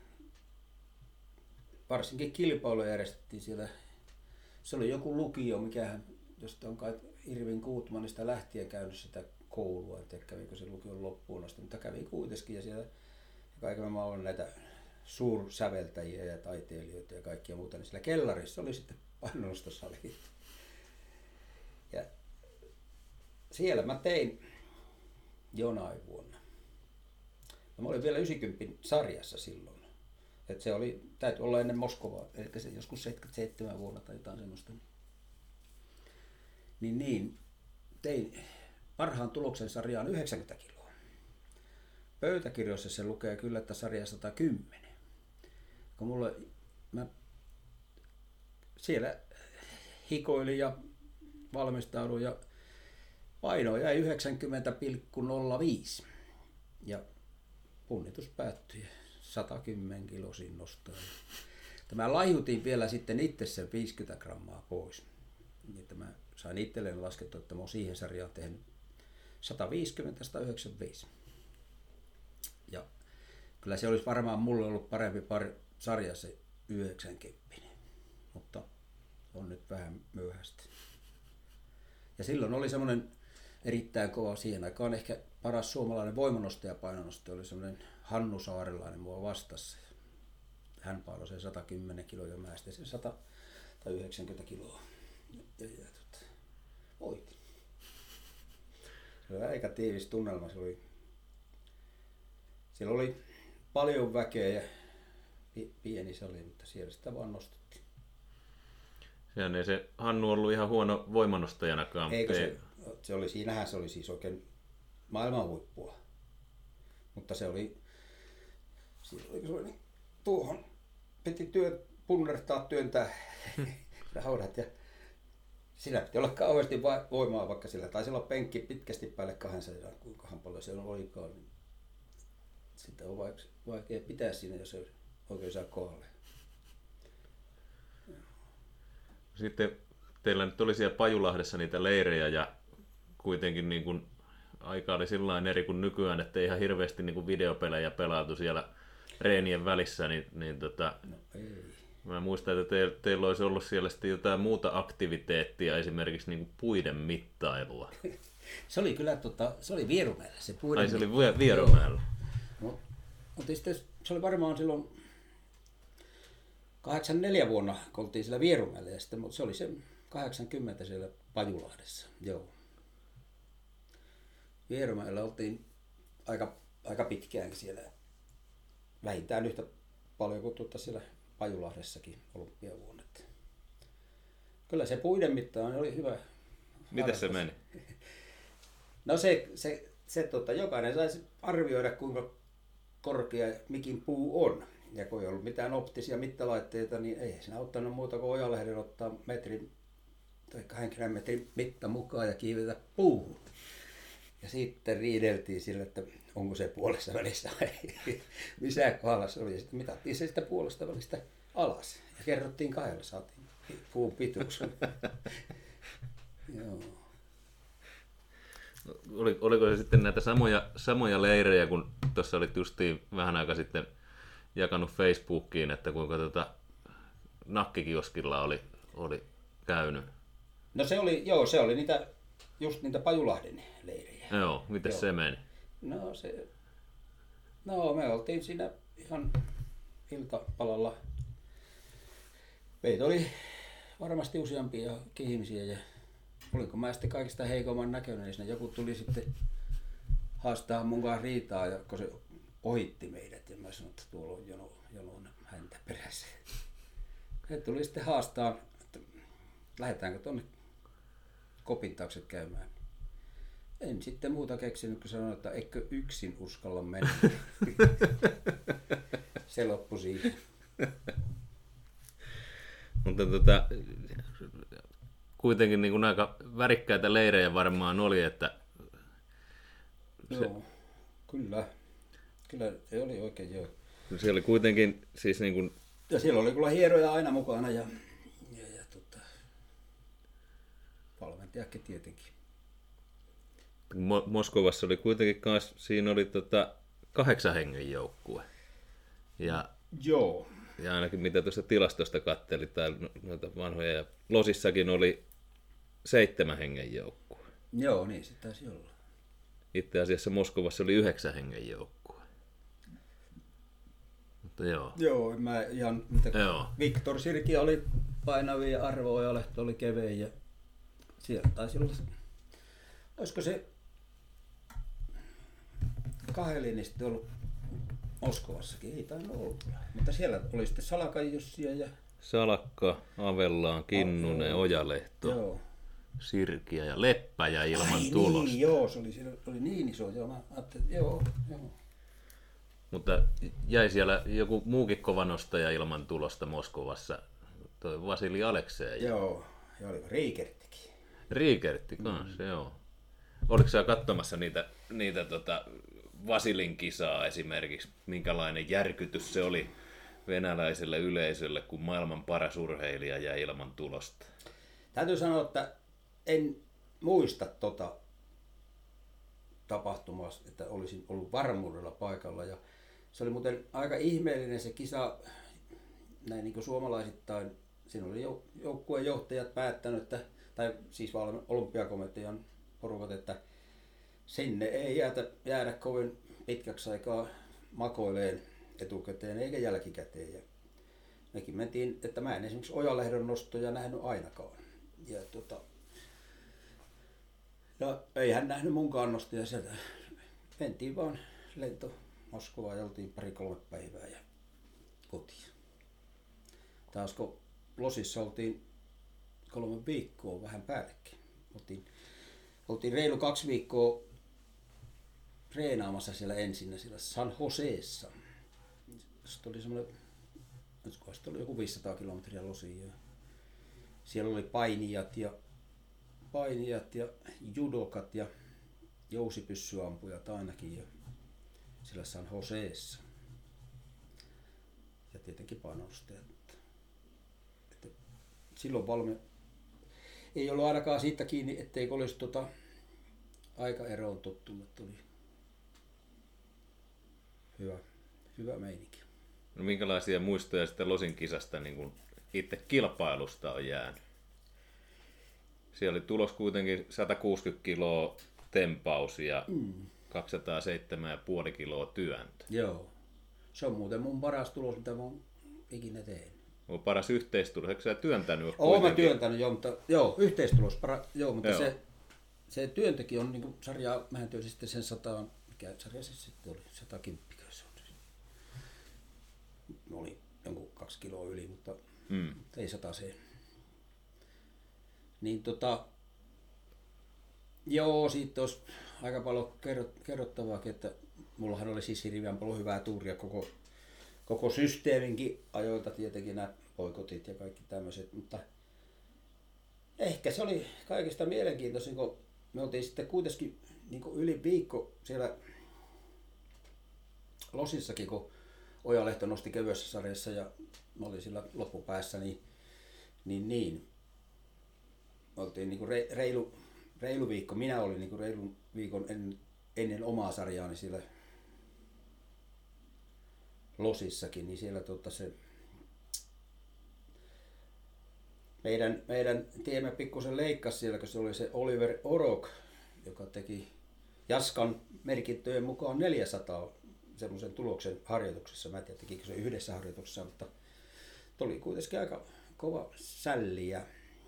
Varsinkin kilpailu järjestettiin siellä. Se oli joku lukio, josta on kai Irvin Goodmanista lähtien käynyt sitä koulua, en tiedä kävikö se lukion loppuun asti, mutta kävi kuitenkin, ja siellä kaiken maailman näitä suursäveltäjiä ja taiteilijoita ja kaikkia muuta, niin siellä kellarissa oli sitten painonnostosali. Ja siellä mä tein jonain vuonna. Mä olin vielä 90 sarjassa silloin. Et se täytyy olla ennen Moskovaa, eli se joskus 77 vuonna tai jotain semmoista. Niin, tein parhaan tuloksen sarjaan 90 kiloa. Pöytäkirjoissa se lukee kyllä, että sarja 110. Kun mä siellä hikoilin ja valmistauduin ja paino jäi 90,05 ja punnitus päättyi 110 kilosin nostaa. Mä laihutin vielä sitten itse sen 50 grammaa pois. Että mä sain itselleen laskettua, että mä oon siihen sarjaan tehnyt 150-195. Ja kyllä se olisi varmaan mulle ollut parempi sarja se 90, mutta on nyt vähän myöhäistä. Ja silloin oli semmoinen erittäin kova, siihen aikaan ehkä paras suomalainen voimanostaja ja painonnostaja oli semmoinen Hannu Saarelainen mua vastassa. Hän painoi sen 110 kiloa ja mä sitten sen 100 tai 90 kiloa. Ja voitin. Se oli aika tiivis tunnelma. Siellä oli paljon väkeä ja pieni sali, mutta siellä sitä vaan nostettiin. Sehän ei se Hannu ollut ihan huono voimanostajanakaan. Eikö siinähän se oli siis oikein maailman huippua. Mutta se oli niin, tuohon piti punnertaa, työntää raudat ja sillä piti olla kauheasti voimaa, vaikka sillä taisi olla penkki pitkästi päälle 200, kuinkahan paljon se on olikaan. Niin sitä on vaikea pitää siinä, jos ei oikein saa kohdalle. Sitten teillä nyt oli siellä Pajulahdessa niitä leirejä ja kuitenkin niin kuin aika oli sillain eri kuin nykyään, että ei ihan hirveästi niin kuin videopelejä pelaatu siellä reenien välissä, niin No ei. mä muistan, että teillä olisi ollut siellä sitten jotain muuta aktiviteettia, esimerkiksi niin kuin puiden mittailua. Se oli kyllä, se oli Vierumäellä se puiden. Ai se oli Vierumäellä. No, mutta sitten se oli varmaan silloin 84 vuonna, kun oltiin siellä Vierumäellä, ja sitten, mutta se oli se 80 siellä Pajulahdessa, joo. Vierumäellä oltiin aika pitkäänkin siellä, vähintään yhtä paljon kuin siellä Pajulahdessakin olympiavuonna. Kyllä se puiden mittaan oli hyvä. Miten se meni? No jokainen saisi arvioida, kuinka korkea mikin puu on. Ja kun ei ollut mitään optisia mittalaitteita, niin ei siinä ottanut muuta kuin Ojalehden ottaa metrin tai 20 metrin mitta mukaan ja kiivetä puuhun. Ja sitten riideltiin sillä, että onko se puolessa välissä missä kohdalla se oli. Sitten mitattiin se sitä puolesta välistä alas ja kerrottiin 2, saatiin puun pituus. Joo. Oliko se sitten näitä samoja leirejä, kun tuossa olit justiin vähän aika sitten jakanut Facebookiin, että kuinka nakkikioskilla oli käynyt? No se oli just niitä Pajulahden leirejä. Joo, miten se meni? No me oltiin siinä ihan iltapalalla. Meitä oli varmasti useampia ihmisiä ja olinko mä sitten kaikista heikomman näköinen, niin joku tuli sitten haastaa mun kanssa riitaa, ja kun se ohitti meidät ja mä sanoin, että tuolla on jono häntä perässä. He tuli sitten haastaa, että lähdetäänkö tuonne kopin taakse käymään. En sitten muuta keksinyt, kun sanoin, että eikö yksin uskalla mennä. Se loppui siihen. Mutta kuitenkin niin kuin aika värikkäitä leirejä varmaan oli, että... Joo, kyllä. Kyllä se oli oikein joo. Se oli kuitenkin siis niin kuin... Ja siellä oli kyllä hieroja aina mukana ja valmentajakin tietenkin. Moskovassa oli kuitenkin kans, siinä oli 8 hengen joukkue. Joo. Ja ainakin mitä tuosta tilastosta katteli tai noita vanhoja. Ja Losissakin oli 7 hengen joukkue. Joo, niin se taisi olla. Itse asiassa Moskovassa oli 9 hengen joukkue. Mutta joo. Joo, mä ihan Viktor Sirki oli painavia arvoja ja Lehto oli kevein ja siellä taisi olla, olisiko se Kahelin sitten ollut Moskovassakin, ei tainnut olla. Mutta siellä oli sitten Salakan Jussia ja... Salakka, Avellaan, Kinnunen, Ojalehto, joo. Sirkiä ja Leppäjä ilman tulosta. Niin, joo, se oli niin iso, joo, mä ajattelin, joo. Mutta jäi siellä joku muukin kova nostaja ilman tulosta Moskovassa, toi Vasili Aleksei. Joo, ja oli Riikerttikin. Riikertti kanssa, joo. Oliko sä katsomassa niitä Vasilin kisaa esimerkiksi, minkälainen järkytys se oli venäläiselle yleisölle, kun maailman paras urheilija jäi ilman tulosta? Täytyy sanoa, että en muista tapahtumaa, että olisin ollut varmuudella paikalla. Ja se oli muuten aika ihmeellinen se kisa, näin niin kuin suomalaisittain. Siinä oli joukkueen johtajat päättänyt, tai siis olympiakomitean porukat, että sinne ei jäädä kovin pitkäksi aikaa makoileen etukäteen eikä jälkikäteen. Ja mekin mentiin, että mä en esimerkiksi Ojalehdon nostoja nähnyt ainakaan. Ja ei hän nähnyt munkaan nostoja sieltä. Mentiin vaan lento Moskovaan ja oltiin 2-3 päivää ja kotiin. Taas kun Losissa oltiin 3 viikkoa vähän päällekin. Oltiin reilu 2 viikkoa treenaamassa siellä ensin siellä San Joseessa. Sitten oli semmoinen, oli joku 500 kilometriä Losiin. Ja siellä oli painijat ja judokat ja jousipyssyampujat ainakin ja siellä San Joseessa. Ja tietenkin panostajat. Silloin ei ollut ainakaan siitä kiinni, ettei olisi aikaeroon tottunut. Oli hyvä meininki. No minkälaisia muistoja sitten Losin kisasta niin kun itse kilpailusta on jäänyt? Siellä oli tulos kuitenkin 160 kiloa tempaus ja 207,5 kiloa työntö. Joo. Se on muuten mun paras tulos, mitä mä oon ikinä tehnyt. On paras yhteistulos. Eikö sä työntänyt? Oon mä työntänyt, mutta yhteistulos. Mutta se työntökin on niin sarjaa, mähän työnsin sitten sen 100, mikä sarja se sitten oli, 110 se on. Oli jonkun 2 kiloa yli, mutta ei 100 se. Niin siitä olisi aika paljon kerrottavaakin, että mullahan oli siis hirveän paljon hyvää tuuria koko systeeminkin ajoilta tietenkin nämä boikotit ja kaikki tämmöiset, mutta ehkä se oli kaikista mielenkiintoisin, kun me oltiin sitten kuitenkin niin yli viikko siellä Losissakin, kun Ojalehto nosti kevyessä sarjassa ja mä olin sillä loppupäässä, niin oltiin niin kuin reilu viikko. Minä olin niin kuin reilun viikon ennen omaa sarjaani siellä Losissakin, niin siellä se meidän tiemme pikkusen leikkasi siellä, kun se oli se Oliver Orok, joka teki Jaskan merkintöjen mukaan 400 semmoisen tuloksen harjoituksessa. Mä en tiedä, tekikö se yhdessä harjoituksessa, mutta oli kuitenkin aika kova sälli. Ja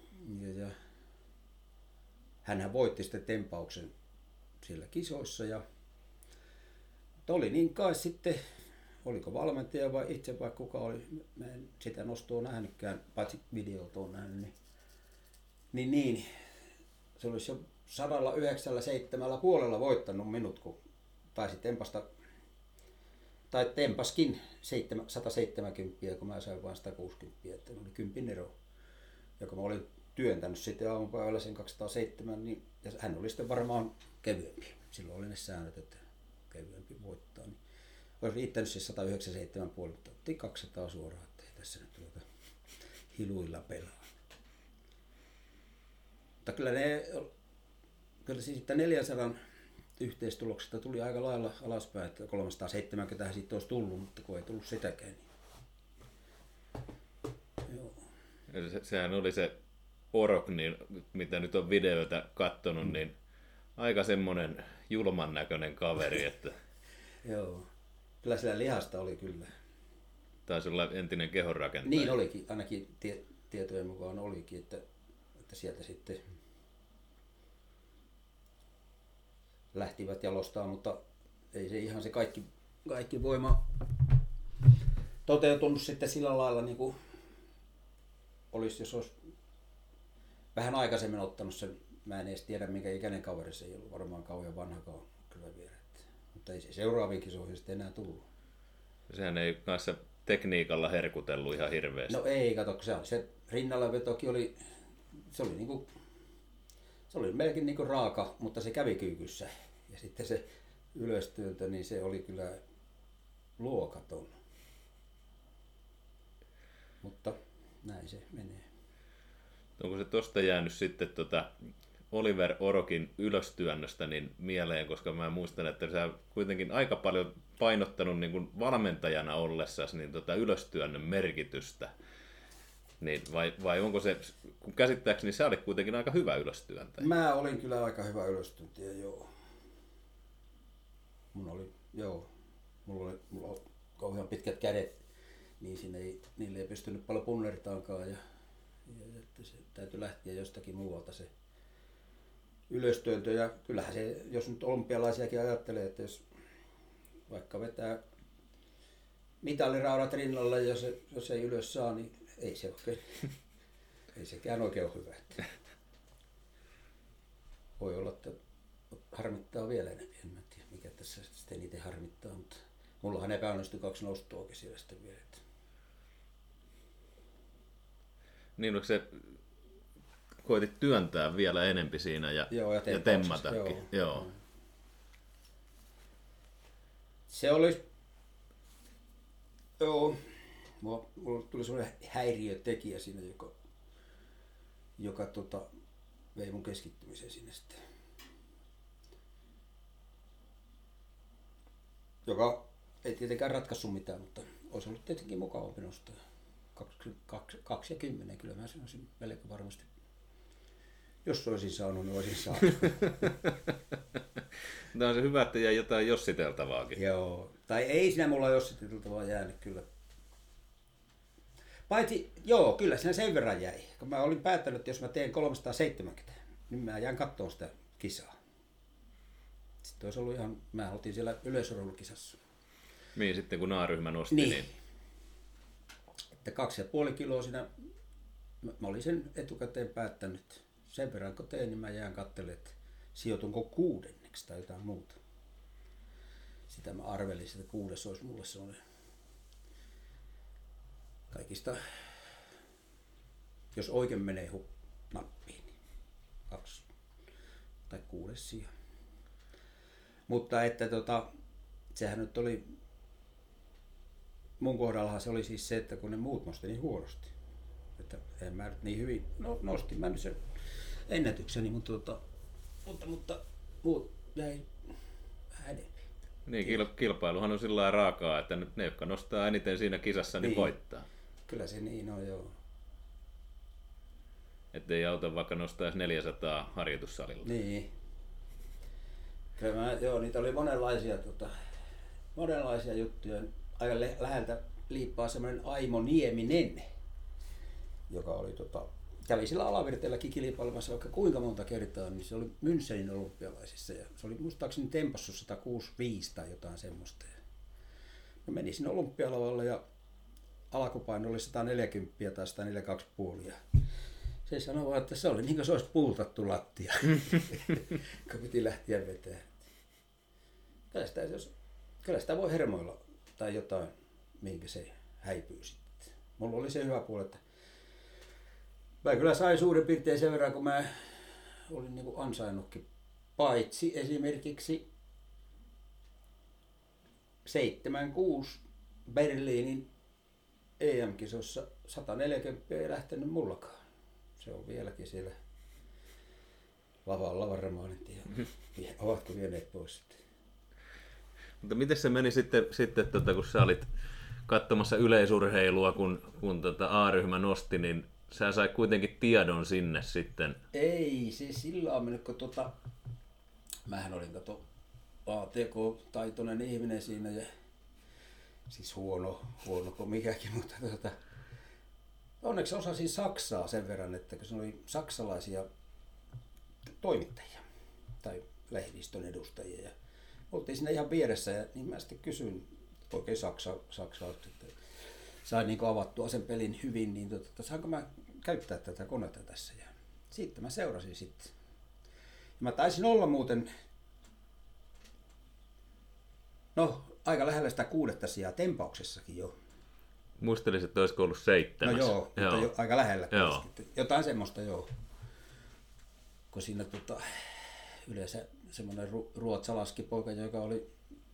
hänhän voitti sitten tempauksen siellä kisoissa. Ja oli niin kai sitten, oliko valmentaja vai itse vai kuka oli, mä en sitä nostoa nähnytkään, paitsi videolta on nähnyt, niin se olisi jo 109,7 voittanut minut, kun taisi tempasta, tai tempaskin 170, kun mä sain vain 160, että oli 10 ero. Ja kun mä olin työntänyt sitten aamupäivällä sen 207, niin ja hän oli sitten varmaan kevyempi. Silloin oli ne säännöt, että kevyempi voittaa. Niin olisi riittänyt siis 197,5, mutta otti 200 suoraan, ettei tässä nyt ruveta hiluilla pelaa. Mutta kyllä siis 400 yhteistuloksesta tuli aika lailla alaspäin, että 370 siitä olisi tullut, mutta kun ei tullut sitäkään. Niin. Joo. Sehän oli se Orok, niin, mitä nyt on videoita katsonut, niin aika semmoinen julman näköinen kaveri. Että Joo, kyllä sillä lihasta oli kyllä. Taisi olla entinen kehonrakentaja. Niin olikin, ainakin tietojen mukaan olikin, että sieltä sitten lähtivät jalostaan, mutta ei se ihan se kaikki voima toteutunut sitten sillä lailla niin kuin olisi, jos olisi vähän aikaisemmin ottanut sen. Mä en edes tiedä minkä ikäinen kaveri, se ei ollut varmaan kauhean vanhakaan kyllä vielä. Mutta ei se seuraaviin kisoihin sitten enää tullut. Sehän ei kanssa tekniikalla herkutellut ihan hirveästi. No ei, kato, se rinnalla vetokin oli, se oli melkein niin kuin raaka, mutta se kävi kyykyssä. Ja sitten se ylöstyöntö, niin se oli kyllä luokaton. Mutta näin se menee. Onko se tosta jäänyt sitten Oliver Orokin ylöstyönnöstä niin mieleen, koska mä muistan, että sä kuitenkin aika paljon painottanut niin kuin valmentajana ollessasi niin ylöstyönnön merkitystä. Niin vai onko se, kun käsittääkseni sä olit kuitenkin aika hyvä ylöstyöntäjä? Mä olin kyllä aika hyvä ylöstyöntäjä, joo. Mulla on kauhean pitkät kädet, niin niille ei pystynyt paljon punnertaankaan ja että se täytyy lähteä jostakin muualta se ylöstyöntö. Ja kyllähän se, jos nyt olympialaisiakin ajattelee, että jos vaikka vetää mitaliraudat rinnalle ja jos ei ylös saa, niin ei se oikein, ei sekään oikein ole hyvä. Voi olla, että harmittaa vielä enemmän. En tiedä, mikä tässä sitten eniten harmittaa, mutta mullahan epäonnistui 2 nostoakin siellä sitten vielä. Niin, onko se koitit työntää vielä enempi siinä ja temmatakin? Joo. Se oli, mulla tuli sellainen häiriötekijä siinä, joka vei mun keskittymisen sinne sitten. Joka ei tietenkään ratkaissut mitään, mutta olisi ollut tietenkin mukavampi nostaa. 2,10 kyllä mä sanoisin melko varmasti. Jos olisin saanut, niin olisin saanut. Tämä on se hyvä, että jäi jotain jossiteltavaakin. Joo, tai ei siinä mulla jossiteltavaa jäänyt kyllä. Paitsi, joo, kyllä siinä sen verran jäi. Kun mä olin päättänyt, että jos mä teen 370, niin mä jään katsomaan sitä kisaa. Sitten olisi ollut ihan, mä oltiin siellä yleisurheilukisassa. Niin, sitten kun A-ryhmä nosti, niin... Että 2,5 kiloa siinä, mä olin sen etukäteen päättänyt. Sen verran kun tein, niin mä jään katselemaan, että sijoitunko 6. tai jotain muuta. Sitä mä arvelin, että 6 olisi mulle sellainen kaikista, jos oikein menee nappiin, niin 2 tai 6 sija. Mutta että sehän nyt oli mun kohdallahan se oli siis se, että kun ne muut nosti niin huonosti. Että en mä nyt niin hyvin, nostin mä nyt sen ennätykseni, mutta muut jäi hänen. Niin, kilpailuhan on sillä lailla raakaa, että ne, jotka nostaa eniten siinä kisassa, niin voittaa. Kyllä se niin on, joo. Että ei auta vaikka nostaisi 400 harjoitussalilla. Niin. Kyllä niitä oli monenlaisia juttuja. Aika läheltä liippaa semmoinen Aimo Nieminen, joka oli kävi sillä alavirteelläkin kilpailemassa vaikka kuinka monta kertaa, niin se oli Münchenin olympialaisissa ja se oli muistaakseni tempassu 165 tai jotain semmoista. Mä menin sinne olympialavalle ja alkupaino oli 140 tai 142,5. Se sanoi vaan, että se oli niin kuin se olisi pultattu lattia, kun piti lähteä vetämään. Kyllä sitä voi hermoilla tai jotain, minkä se häipyy sitten. Mulla oli se hyvä puoli, että mä kyllä sain suurin piirtein sen verran, kun mä olin niin kuin ansainnutkin. Paitsi esimerkiksi 76 Berliinin EM-kisossa 140 ei lähtenyt mullakaan. Se on vieläkin siellä lavalla varmaan, en tiedä, ovatko vieneet pois sitten. Mutta miten se meni sitten kun sä olit katsomassa yleisurheilua, kun A-ryhmä nosti, niin sä sait kuitenkin tiedon sinne sitten? Ei, se sillä on mennyt, kun mähän olin ATK-taitoinen ihminen siinä ja siis huono kuin mikäkin, mutta onneksi osasin saksaa sen verran, että kun se oli saksalaisia toimittajia tai lehdistön edustajia ja oltiin siinä ihan vieressä ja niin mä sitten kysyin oikein saksaa, että sain niin avattua sen pelin hyvin, niin saanko mä käyttää tätä konetta tässä ja siitä mä seurasin sitten. Ja mä taisin olla muuten aika lähellä sitä 6. sijaa tempauksessakin jo. Muistelisin, että olisiko ollut 7. No joo. Mutta aika lähellä. Joo. Jotain semmoista joo. Kun siinä yleensä semmoinen ruotsalaskipoika, joka oli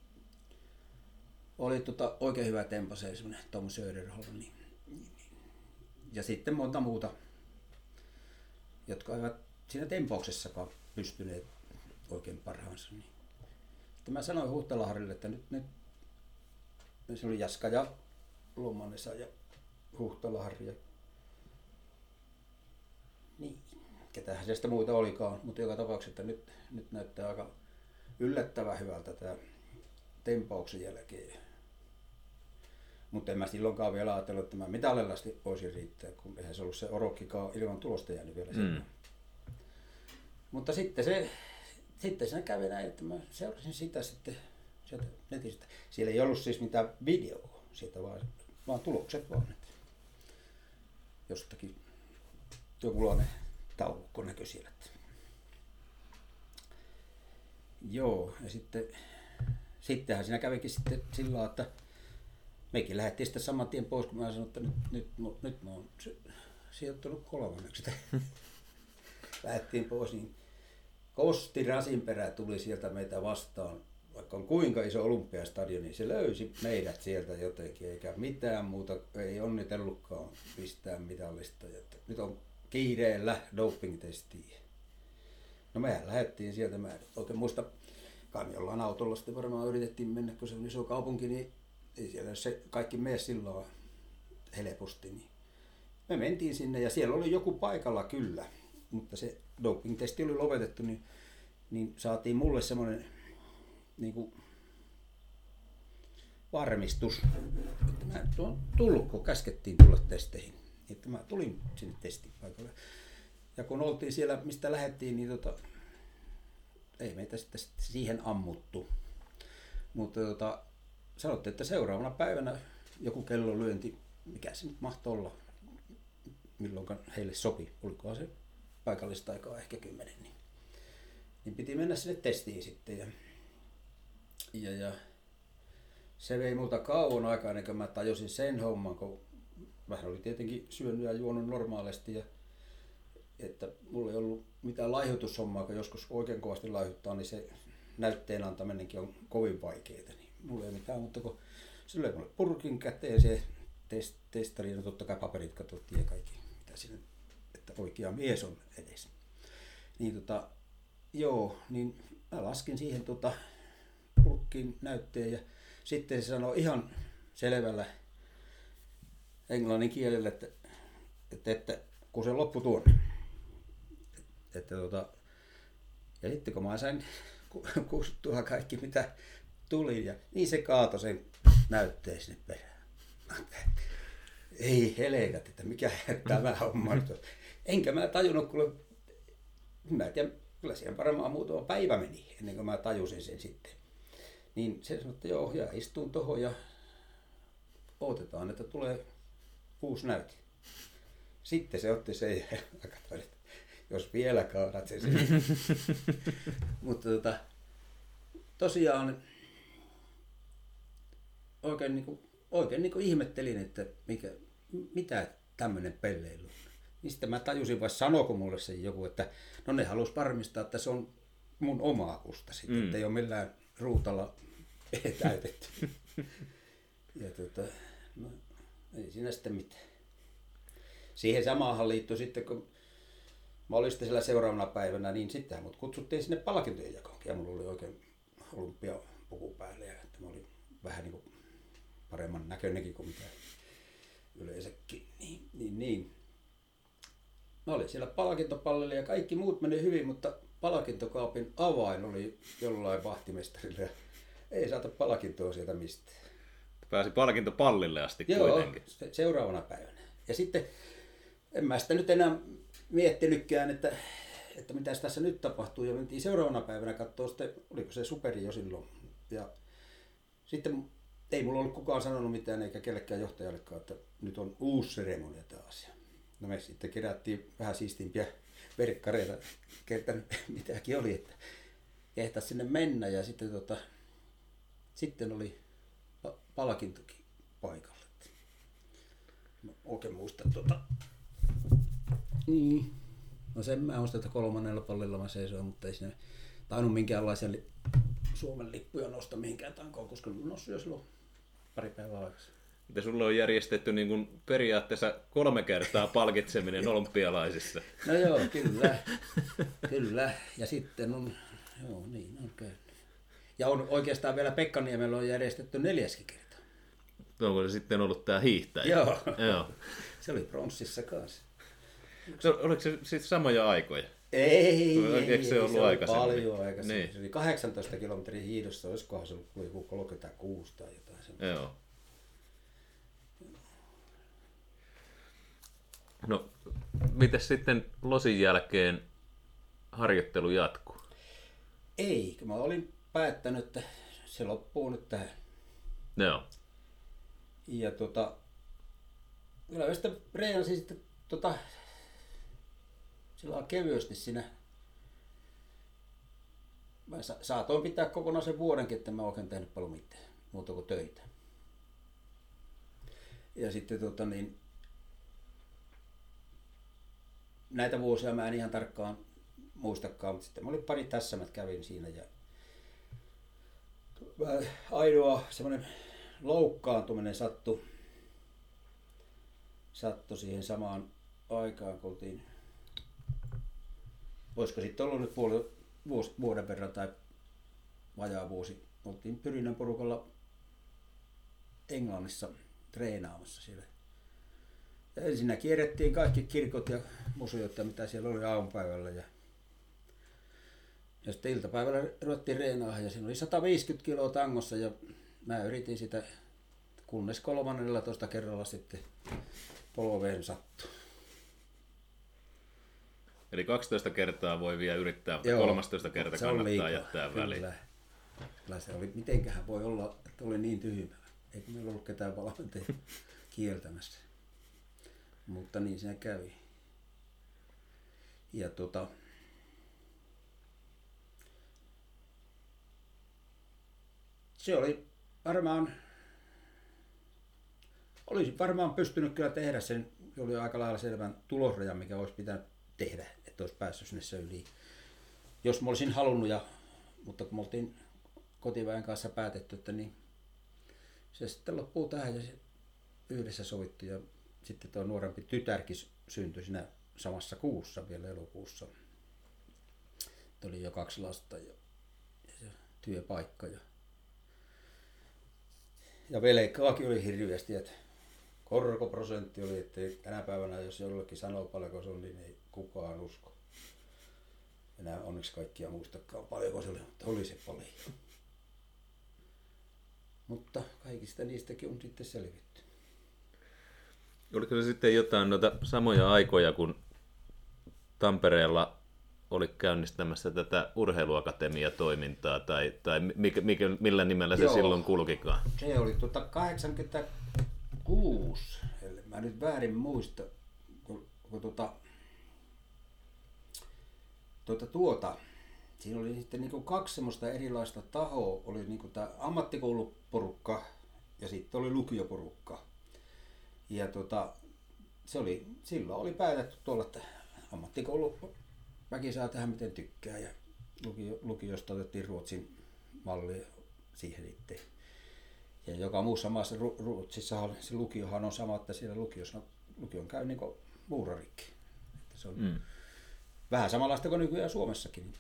oikein hyvä tempasee, semmoinen Tom Söderholm. Niin. Ja sitten monta muuta, jotka eivät siinä tempauksessakaan pystyneet oikein parhaansa. Niin. Sitten mä sanoin Huhtalaharille, että nyt se oli Jaska ja Lomanesa ja Huhtalahari ja niin, ketähän sieltä muita olikaan, mutta joka tapauksessa nyt näyttää aika yllättävän hyvältä tämä tempauksen jälkeen. Mutta en mä silloinkaan vielä ajatellut, että mä mitalilla voisin riittää, kun eihän se ollut se Orokkikaan ilman tulosta jäänyt vielä sinne. Mutta sitten siinä kävi näin, että mä seurasin sitä sitten sieltä netistä. Siellä ei ollut siis mitään videoa, sieltä vaan tulokset vaan. Että jostakin jonkunlainen taulukko näkö siellä. Joo, ja sittenhän siinä kävikin sitten sillä lailla, että mekin lähdettiin sitten saman tien pois, kun mä sanoin, että nyt mä oon sijoittunut 3. Lähdettiin pois, niin Kosti Rasinperä tuli sieltä meitä vastaan. Vaikka on kuinka iso olympiastadion, niin se löysi meidät sieltä jotenkin, eikä mitään muuta, ei onnitellutkaan mistään mitallista. Nyt on kiireellä doping-testiin. No mehän lähdettiin sieltä, mä en oikein muista, kai me jollain autolla sitten varmaan yritettiin mennä, kun se on iso kaupunki, niin ei siellä se kaikki mene silloin helposti. Niin me mentiin sinne ja siellä oli joku paikalla kyllä, mutta se doping-testi oli lopetettu, niin saatiin mulle semmoinen niin kuin varmistus, että mä oon tullut, kun käskettiin tulla testeihin. Että mä tulin sinne testipaikalle. Ja kun oltiin siellä, mistä lähdettiin, niin ei meitä sitten siihen ammuttu. Mutta sanottiin, että seuraavana päivänä joku kellolyönti, mikä se nyt mahtoi olla, milloin heille sopi, olikohan se paikallista aikaa ehkä 10, niin piti mennä sinne testiin sitten. Ja se vei multa kauan aikaa, ennen kuin mä tajusin sen homman, kun vähän oli tietenkin syönyt ja juonut normaalisti, ja että mulla ei ollut mitään laihdutushommaa, kun joskus oikein kovasti laihuttaa, niin se näytteen antaminenkin on kovin vaikeaa. Niin mulla ei mitään, mutta kun se löi mulle purkin käteen, se testari, no totta kai paperit katsottiin ja kaikki, mitä siinä, että oikea mies on edes. Niin joo, niin mä laskin siihen purkkiin näytteen ja sitten se sanoi ihan selvällä englannin kielellä, että kun se loppui tuonne. Ja sitten kun mä sain kustua kaikki mitä tuli ja niin se kaatoi sen näytteen sinne perään. Ei helekät, että mikä tämä homma nyt on. Enkä mä tajunnut, kun mä en tiedä, kyllä siihen varmaan muutama päivä meni ennen kuin mä tajusin sen sitten. Niin se sanoi, että joo, ja istun tohon ja odotetaan, että tulee uusi näyte. Sitten se otti sen ja katsoin, että jos vielä kaadat sen. Mutta tosiaan oikein niin kuin ihmettelin, että mitä tämmöinen pelleily on. Niin sitten mä tajusin, vai sanoiko mulle se joku, että no ne halusi varmistaa, että se on mun omaa kusta sitten, että ei ole millään ruutalla täytetty. Ja no ei siinä sitten mitään. Siihen samahan liittyi sitten, kun mä olin sitten siellä seuraavana päivänä, niin sittenhän mut kutsuttiin sinne palkintojen jakoonkin. Ja mulla oli oikein olympiapuku päälle ja että mä olin vähän niin kuin paremman näköinenkin kuin mitä yleensäkin. Niin. Mä olin siellä palkintopallilla ja kaikki muut meni hyvin, mutta palkintokaapin avain oli jollain vahtimestarilla ja ei saata palkintoa sieltä mistään. Pääsi palkintopallille asti kuitenkin. Joo, seuraavana päivänä. Ja sitten en mä sitä nyt enää miettinytkään, että mitä tässä nyt tapahtuu. Ja mentiin seuraavana päivänä katsoa sitten, oliko se superi jo silloin. Ja sitten ei mulla ollut kukaan sanonut mitään eikä kellekään johtajallekaan, että nyt on uusi seremonia taas. No me sitten kerättiin vähän siistimpiä verkkareita, mitäkin oli, että kehtäisi sinne mennä. Ja sitten, sitten oli palkintokin paikalla. Mä oikein muistan Niin. No sen mä muistan, että 3. pallilla mä seisoin, mutta ei siinä tainnut minkäänlaisia Suomen lippuja nosta mihinkään tankoon, koska mä noussut jo silloin pari päivää aikaisemmin. Mitä sulla on järjestetty niin kuin periaatteessa 3 kertaa palkitseminen olympialaisissa? No joo, kyllä. Ja sitten on, joo niin on käynyt. Ja on oikeastaan vielä Pekkaniemellä on järjestetty 4. kerta. Onko se sitten ollut tää hiihtäjä? Joo. Se oli pronssissa kanssa. No, oliko se sitten samoja aikoja? Ei, se ollut aikaisemmin? Paljon aikaisemmin. Niin. Se oli 18 kilometrin hiidossa, olisikohan se ollut joku 36 tai jotain semmoista. Joo. No, mites sitten losin jälkeen harjoittelu jatkuu? Ei, kun mä olin päättänyt, että se loppuu nyt tähän. Joo. Ja kyllä mä sitten reenasin sitten sillä kevyesti siinä. Mä saatoin pitää kokonaan sen vuodenkin, että mä oikein tehnyt paljon mitään, muuta kuin töitä. Ja sitten näitä vuosia mä en ihan tarkkaan muistakaan, mutta sitten mä olin pari tässämät kävin siinä ja ainoa semmoinen loukkaantuminen sattui siihen samaan aikaan, kun oltiin, olisiko sitten ollut nyt vuoden verran tai vajaa vuosi, oltiin Pyrinän porukalla Englannissa treenaamassa siellä. Ja ensinnä kierrettiin kaikki kirkot ja museot ja mitä siellä oli aamupäivällä ja sitten iltapäivällä ruvettiin reenaamaan ja siinä oli 150 kiloa tangossa ja mä yritin sitä, kunnes 13 kerralla sitten polveen sattui. Eli 12 kertaa voi vielä yrittää, mutta Joo, 13 kertaa kannattaa jättää väliin. Kyllä se oli, mitenköhän voi olla, että oli niin tyhmä. Eikö meillä ollut ketään valmentajia kieltämässä. Mutta niin siinä kävi. Ja se oli varmaan, olisin varmaan pystynyt kyllä tehdä sen, oli aika lailla selvän tulosrajan, mikä olisi pitänyt tehdä, että olisi päässyt sinne syliin. Jos mä olisin halunnut, mutta kun me oltiin kotiväen kanssa päätetty, että niin se sitten loppuu tähän ja yhdessä sovittu ja sitten tuo nuorempi tytärkin syntyi siinä samassa kuussa vielä elokuussa. Oli jo 2 lasta ja työpaikka ja velkaakin oli hirveästi, että korkoprosentti oli, että tänä päivänä jos jollekin sanoo paljonko se on, niin ei kukaan usko. Enää onneksi kaikkia muistakaan paljonko se oli, mutta oli se paljon. Mutta kaikista niistäkin on sitten selvitty. Oliko se sitten jotain noita samoja aikoja, kun Tampereella oli käynnistämässä tätä urheiluakatemiatoimintaa, tai millä nimellä se silloin kulkikaan? Se oli 86, eli mä nyt väärin muista, kun siinä oli sitten niin kuin 2 semmoista erilaista tahoa, oli niin kuin tämä ammattikouluporukka ja sitten oli lukioporukka. Ja silloin oli päätetty tuolla, että ammattikouluväki saa tehdä miten tykkää ja lukiosta otettiin Ruotsin malli siihen itse. Ja joka muussa maassa Ruotsissa se lukiohan on sama, että siellä lukion käy niin kuin muurarikin. Se on vähän samanlaista kuin nykyään Suomessakin.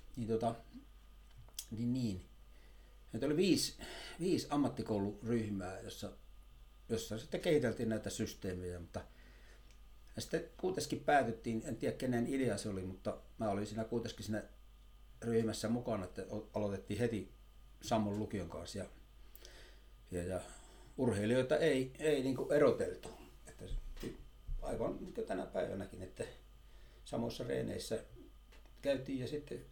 Niin. Nyt oli 5 ammattikouluryhmää, jossa sitten kehiteltiin näitä systeemejä, mutta sitten kuitenkin päätyttiin, en tiedä kenen idea se oli, mutta mä olin siinä kuitenkin siinä ryhmässä mukana, että aloitettiin heti Sammon lukion kanssa ja urheilijoita ei niin kuin eroteltu. Että aivan niin kuin tänä päivänäkin, että samoissa reeneissä käytiin ja sitten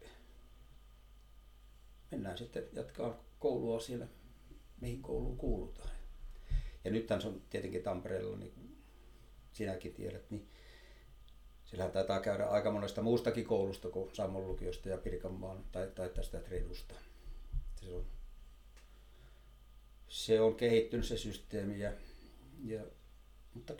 mennään sitten jatkaa koulua siellä, mihin kouluun kuulutaan. Ja nythän se on tietenkin Tampereella, niin kuin sinäkin tiedät, niin sillähän taitaa käydä aika monesta muustakin koulusta kuin Sammon lukiosta ja Pirkanmaan tai tästä Tredusta. Se on kehittynyt se systeemi, mutta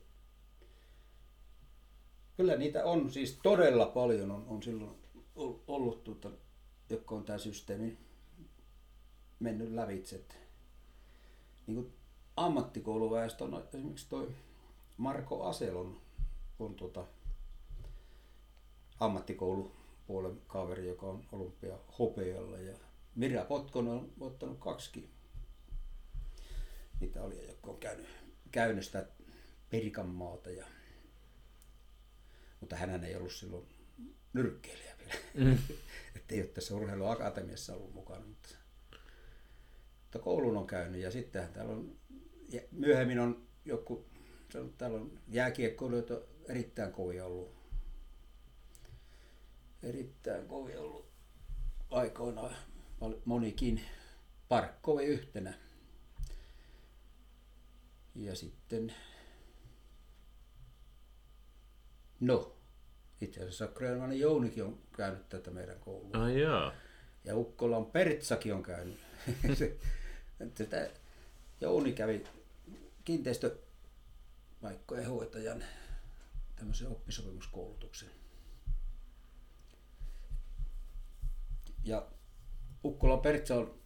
kyllä niitä on siis todella paljon on silloin ollut, jotka on tämä systeemi mennyt lävitse. Niin kuin ammattikouluväestö on esimerkiksi toi Marko Asel on ammattikoulupuolen kaveri, joka on olympia hopealla ja Mira Potkonen on ottanut 2 niitä oli, jotka on käynyt sitä Pirkanmaata mutta hänhän ei ollut silloin nyrkkeilijä vielä. Että ei ole tässä urheiluakatemiassa ollut mukana, mutta koulun on käynyt ja sittenhän täällä on myöhemmin on täällä on jääkiekkoilijoita erittäin kovia ollut. Erittäin kovia ollut aikoinaan monikin, Parkkovi yhtenä. Ja sitten itse asiassa Grönmanin Jounikin on käynyt tätä meidän koulua. Ai jaa. Ja Ukkolan Pertsakin on käynyt. Tätä Jouni kävi kiinteistöpaikkojen hoitajan tämmöisen oppisopimuskoulutuksen. Ja Ukkolan Pertsa on,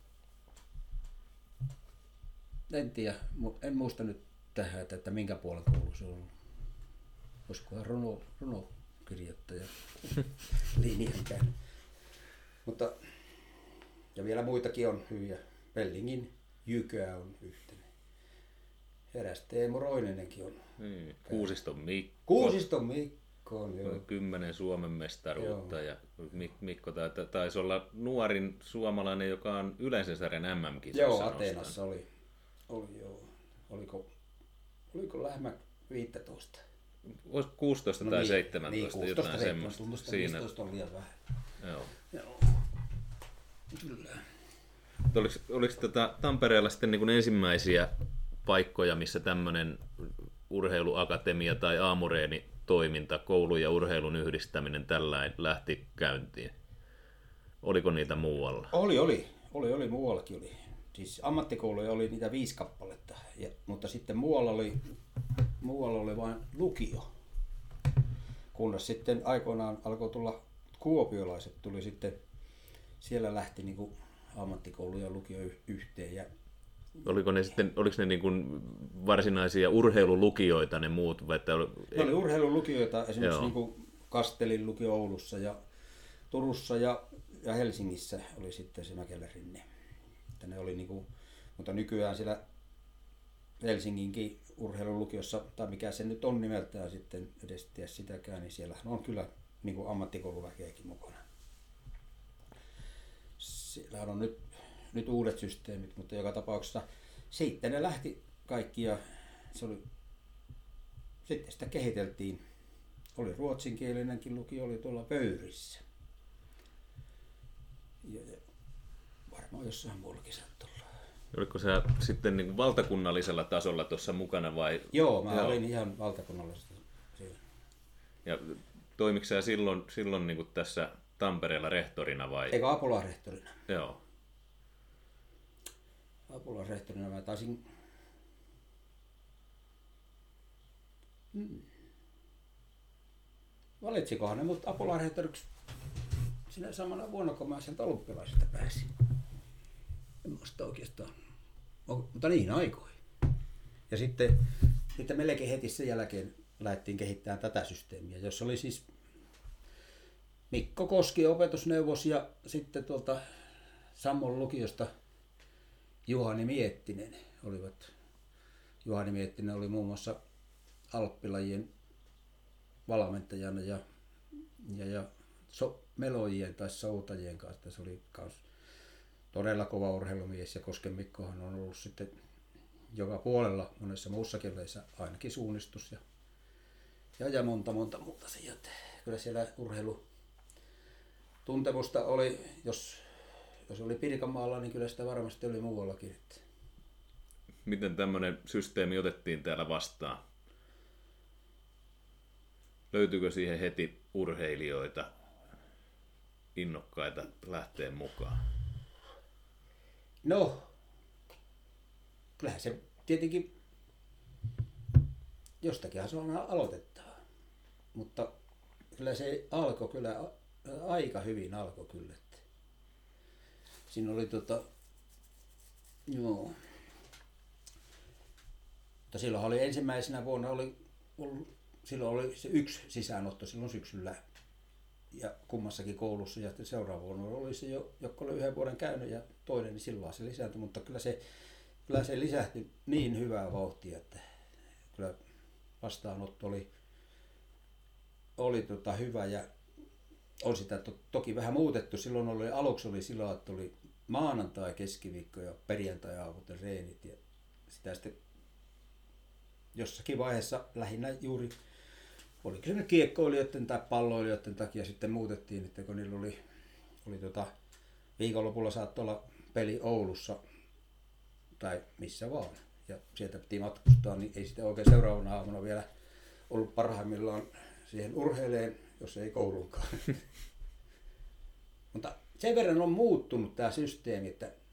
en tiedä, en muista nyt tähän, että minkä puolen koulu se on. Olisikohan runokirjoittaja linjan käynyt. Mutta, ja vielä muitakin on hyviä. Pellingin Jyköä on yhtenä. Eräs Teemu Roinenenkin on. Kuusiston Mikko. Kuusiston Mikko on, joo. 10 Suomen mestaruutta. Ja Mikko taisi olla nuorin suomalainen, joka on yleisen sarjan MM-kisoissa. Joo, Ateenassa oli joo. Oliko lähemmä 15? Olisi 16 tai 17, niin, jotain semmoista. Siinä 15 on liian vähän. Joo. Kyllä. Oliko Tampereella sitten niin kuin ensimmäisiä paikkoja, missä tämmöinen urheiluakatemia tai aamureeni toiminta, koulun ja urheilun yhdistäminen tällainen lähti käyntiin? Oliko niitä muualla? Oli muuallakin oli. Siis ammattikouluja oli niitä 5 kappaletta, mutta sitten muualla oli vain lukio. Kunnes sitten aikoinaan alkoi tulla kuopiolaiset, siellä lähti niin kuin ammattikoulu ja lukio yhteen ja Oliko ne niin kuin varsinaisia urheilulukioita ne muut? Ne oli urheilulukioita, esimerkiksi niin kuin Kastelin lukio Oulussa ja Turussa ja Helsingissä oli sitten se Mäkelärinne. Että ne oli niin kuin, mutta nykyään siellä Helsinginkin urheilulukiossa, tai mikä se nyt on nimeltään sitten, edes tiedä sitäkään, niin siellähän on kyllä niin kuin ammattikouluväkeäkin mukana. Siellähän on nyt uudet systeemit, mutta joka tapauksessa sitten ne lähti kaikki ja sitten sitä kehiteltiin. Oli ruotsinkielinenkin lukio, oli tuolla Pöyrissä. Ja varmaan jossain muullakin saattaa olla. Oliko se sitten niin kuin valtakunnallisella tasolla tuossa mukana vai? Joo, mä olin ihan valtakunnallisella. Ja toimiko sä silloin niin kuin tässä Tampereella rehtorina vai? Eikö apulaisrehtorina? Joo. Apulaisrehtorina mä taisin... Valitsikohan ne mut apulaisrehtoriksi sinä samana vuonna, kun mä sieltä olympialaisesta pääsin. En muista oikeastaan. Mutta niin aikoihin. Ja sitten melkein heti sen jälkeen lähdettiin kehittämään tätä systeemiä, jossa oli siis Mikko Koski opetusneuvos ja sitten tuolta Sammon lukiosta Juhani Miettinen olivat. Juhani Miettinen oli muun muassa alppilajien valmentajana ja melojien tai soutajien kanssa. Se oli kans todella kova urheilumies ja Kosken Mikkohan on ollut sitten joka puolella monessa muussakin lajissa ainakin suunnistus ja monta muuta sieltä. Kyllä siellä urheilutuntemusta oli, jos oli Pirkanmaalla, niin kyllä sitä varmasti oli muuallakin. Miten tämmöinen systeemi otettiin täällä vastaan? Löytyykö siihen heti urheilijoita, innokkaita lähteä mukaan? No, kyllähän se tietenkin jostakinhan se on aloitettava, mutta kyllä se alkoi kyllä aika hyvin alkoi kyllä. Siinä oli joo. Mutta silloin oli ensimmäisenä vuonna silloin oli se yksi sisäänotto silloin syksyllä ja kummassakin koulussa ja seuraava vuonna oli se joka oli 1 vuoden käynyt ja toinen, niin silloin se lisääntyi, mutta kyllä se lisähtyi niin hyvää vauhtia, että kyllä vastaanotto oli hyvä ja on sitä toki vähän muutettu. Silloin aluksi oli sillä, että oli maanantai, keskiviikko ja perjantai-aavut ja reenit ja sitä sitten jossakin vaiheessa lähinnä juuri oliko se nyt kiekkoilijoiden tai palloilijoiden takia sitten muutettiin, että kun niillä oli viikonlopulla saattoi olla peli Oulussa tai missä vaan ja sieltä piti matkustaa, niin ei sitten oikein seuraavana aamuna vielä ollut parhaimmillaan siihen urheileen, jos ei kouluunkaan. Mutta sen verran on muuttunut tämä systeemi,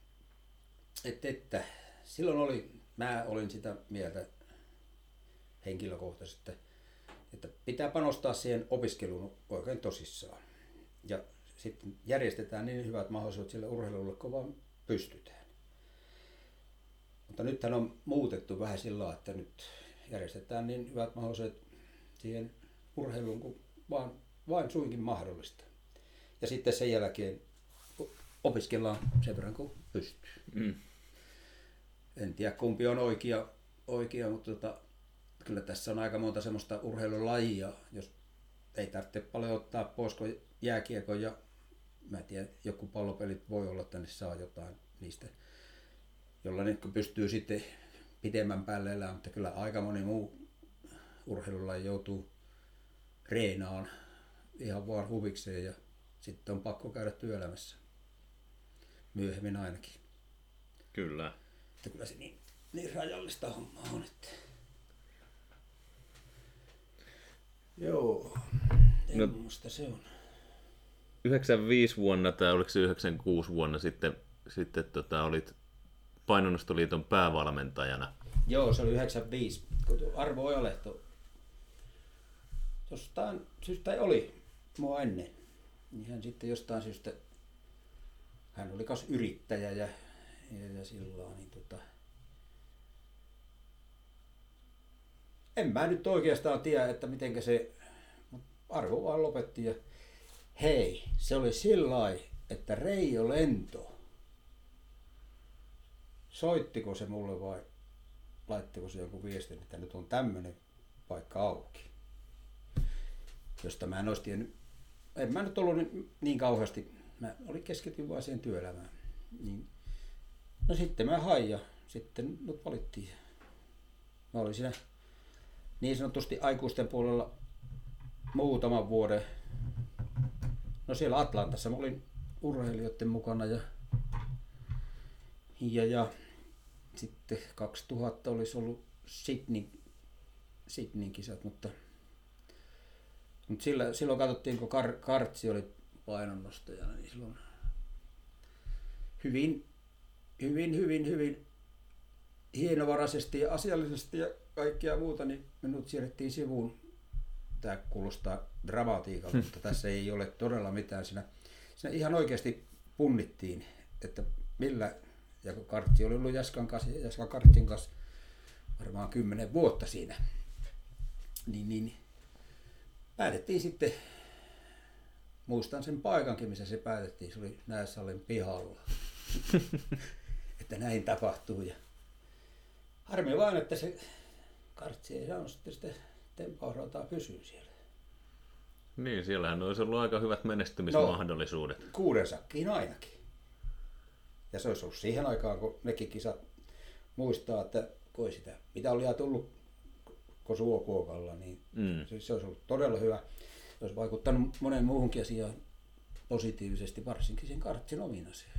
että silloin mä olin sitä mieltä henkilökohtaisesti, että pitää panostaa siihen opiskeluun oikein tosissaan. Ja sitten järjestetään niin hyvät mahdollisuudet sille urheilulle, kun vaan pystytään. Mutta nythän on muutettu vähän sillä lailla, että nyt järjestetään niin hyvät mahdollisuudet siihen urheiluun kuin vain suinkin mahdollista. Ja sitten sen jälkeen opiskellaan sen verran kuin pystyy. En tiedä kumpi on oikea mutta kyllä tässä on aika monta semmoista urheilulajia, jos ei tarvitse paljon ottaa pois kuin jääkiekon ja mä en tiedä, joku pallopelit voi olla, että ne saa jotain niistä, jolla ne pystyy sitten pidemmän päälle elämään, mutta kyllä aika moni muu urheilulaji joutuu reenaan ihan vaan huvikseen ja sitten on pakko käydä työelämässä myöhemmin ainakin. Kyllä. Että kyllä se niin rajallista hommaa on, että joo, musta se on. 95 vuonna tai oliko se 96 vuonna sitten olit Painonnostoliiton päävalmentajana. Joo, se oli 95, kun Arvo Ojalehto jostain syystä oli mua ennen. Niin hän sitten jostain syystä, hän oli myös yrittäjä ja sillä niin en mä nyt oikeastaan tiedä, että mitenkä se Arvo vaan lopetti ja hei, se oli sillai, että Reijo Lento, soittiko se mulle vai laittiko se jonkun viestin, että nyt on tämmönen paikka auki, josta mä en olisi tiennyt, en mä nyt ollut niin kauheasti, mä olin keskityin vaan siihen työelämään, niin, no sitten mä hain ja sitten mut valittiin. Mä olin siinä niin sanotusti aikuisten puolella muutaman vuoden. No siellä Atlantassa mä olin urheilijoiden mukana ja sitten 2000 olisi ollut Sydneyn kisat, mutta silloin katsottiin, kun Kartsi oli painonnostajana, niin silloin hyvin hienovaraisesti ja asiallisesti ja kaikkea muuta, niin minut siirrettiin sivuun. Tämä kuulostaa dramatiikalta, mutta tässä ei ole todella mitään. Siinä ihan oikeasti punnittiin, että millä, ja kun Kartsi oli ollut Jaskan Kartsin kanssa varmaan 10 vuotta siinä, niin päätettiin sitten, muistan sen paikankin, missä se päätettiin, se oli Näässallen pihalla, että näin tapahtuu. Ja harmi vain, että se Kartsi ei saanut sitten sitä tempausrautaa pysyä siellä. Niin, siellähän olisi ollut aika hyvät menestymismahdollisuudet. No, 6 sakkiin ainakin. Ja se olisi ollut siihen aikaan, kun nekin kisat muistaa, että koi sitä, mitä oli tullut Kosuokuokalla, niin se olisi ollut todella hyvä. Se olisi vaikuttanut monen muuhunkin asiaan positiivisesti, varsinkin sen Kartsin ominaiseen.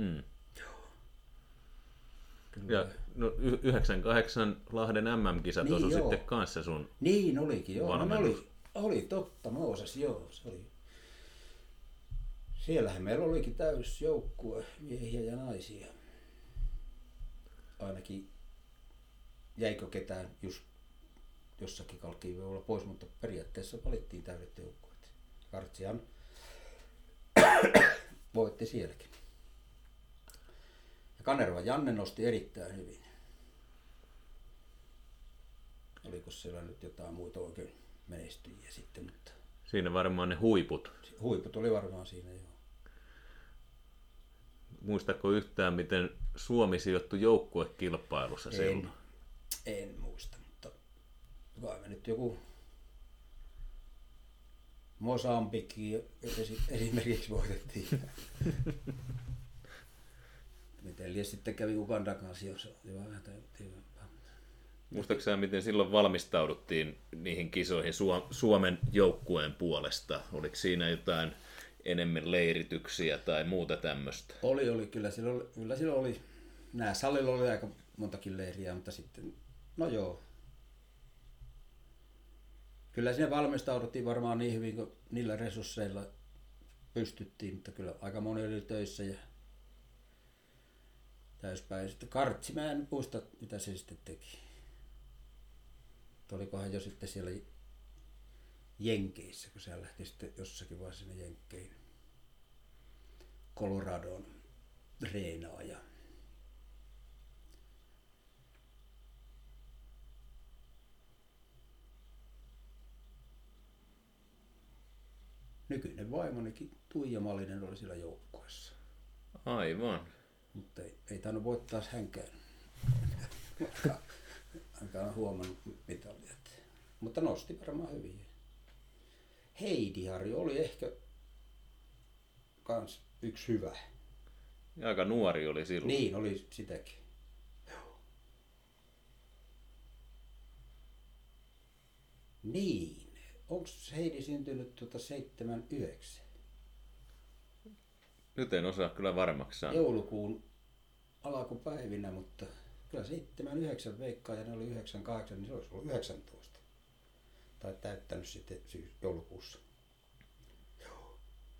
Ja no, 98 Lahden MM-kisat niin osui sitten kanssa sun niin olikin, joo. No, oli totta, Moosas, joo. Se oli. Siellähän meillä olikin täys joukkue, miehiä ja naisia. Ainakin jäikö ketään just jossakin kalkkiin voi olla pois, mutta periaatteessa valittiin täydet joukkueet. Kartsihan voitti sielläkin. Ja Kanerva Janne nosti erittäin hyvin. Oliko siellä nyt jotain muita oikein menestyjiä sitten, mutta siinä varmaan ne huiput. Huiput oli varmaan siinä, joo. Muistatko yhtään, miten Suomi sijoittui joukkuekilpailussa silloin? En muista, mutta kai me nyt joku Mosambiki esimerkiksi voitettiin. Miten liian sitten kävi Ugandan kanssa, jos oli vähän muistatko sä, miten silloin valmistauduttiin niihin kisoihin Suomen joukkueen puolesta? Oliko siinä jotain enemmän leirityksiä tai muuta tämmöistä? Oli. Kyllä silloin oli. Salilla oli aika montakin leiriä, mutta sitten, no joo. Kyllä siinä valmistauduttiin varmaan niin hyvin, kuin niillä resursseilla pystyttiin, mutta kyllä aika moni oli töissä ja täyspäiväisesti. Kartsi, mä en muista, mitä se sitten teki. Olikohan jo sitten siellä Jenkeissä, kun se lähti sitten jossakin vaan sinne Jenkkeihin Coloradoon reenaa. Ja nykyinen vaimonikin Tuija Malinen oli siellä joukkueessa. Aivan. Mutta ei tainnut voittaa hänkään. Ainakaan on huomannut mitalia. Mutta nosti varmaan hyvin. Heidi Harju oli ehkä kans yksi hyvä. Ja aika nuori oli silloin. Niin, oli sitäkin. Niin. Onko Heidi syntynyt 79? Nyt en osaa kyllä varmaksi sanoa. Joulukuun alkupäivinä, mutta kyllä 79 veikkaa ja ne oli 98, niin se olisi ollut 19. Tai täyttänyt sitten joulukuussa. Joo.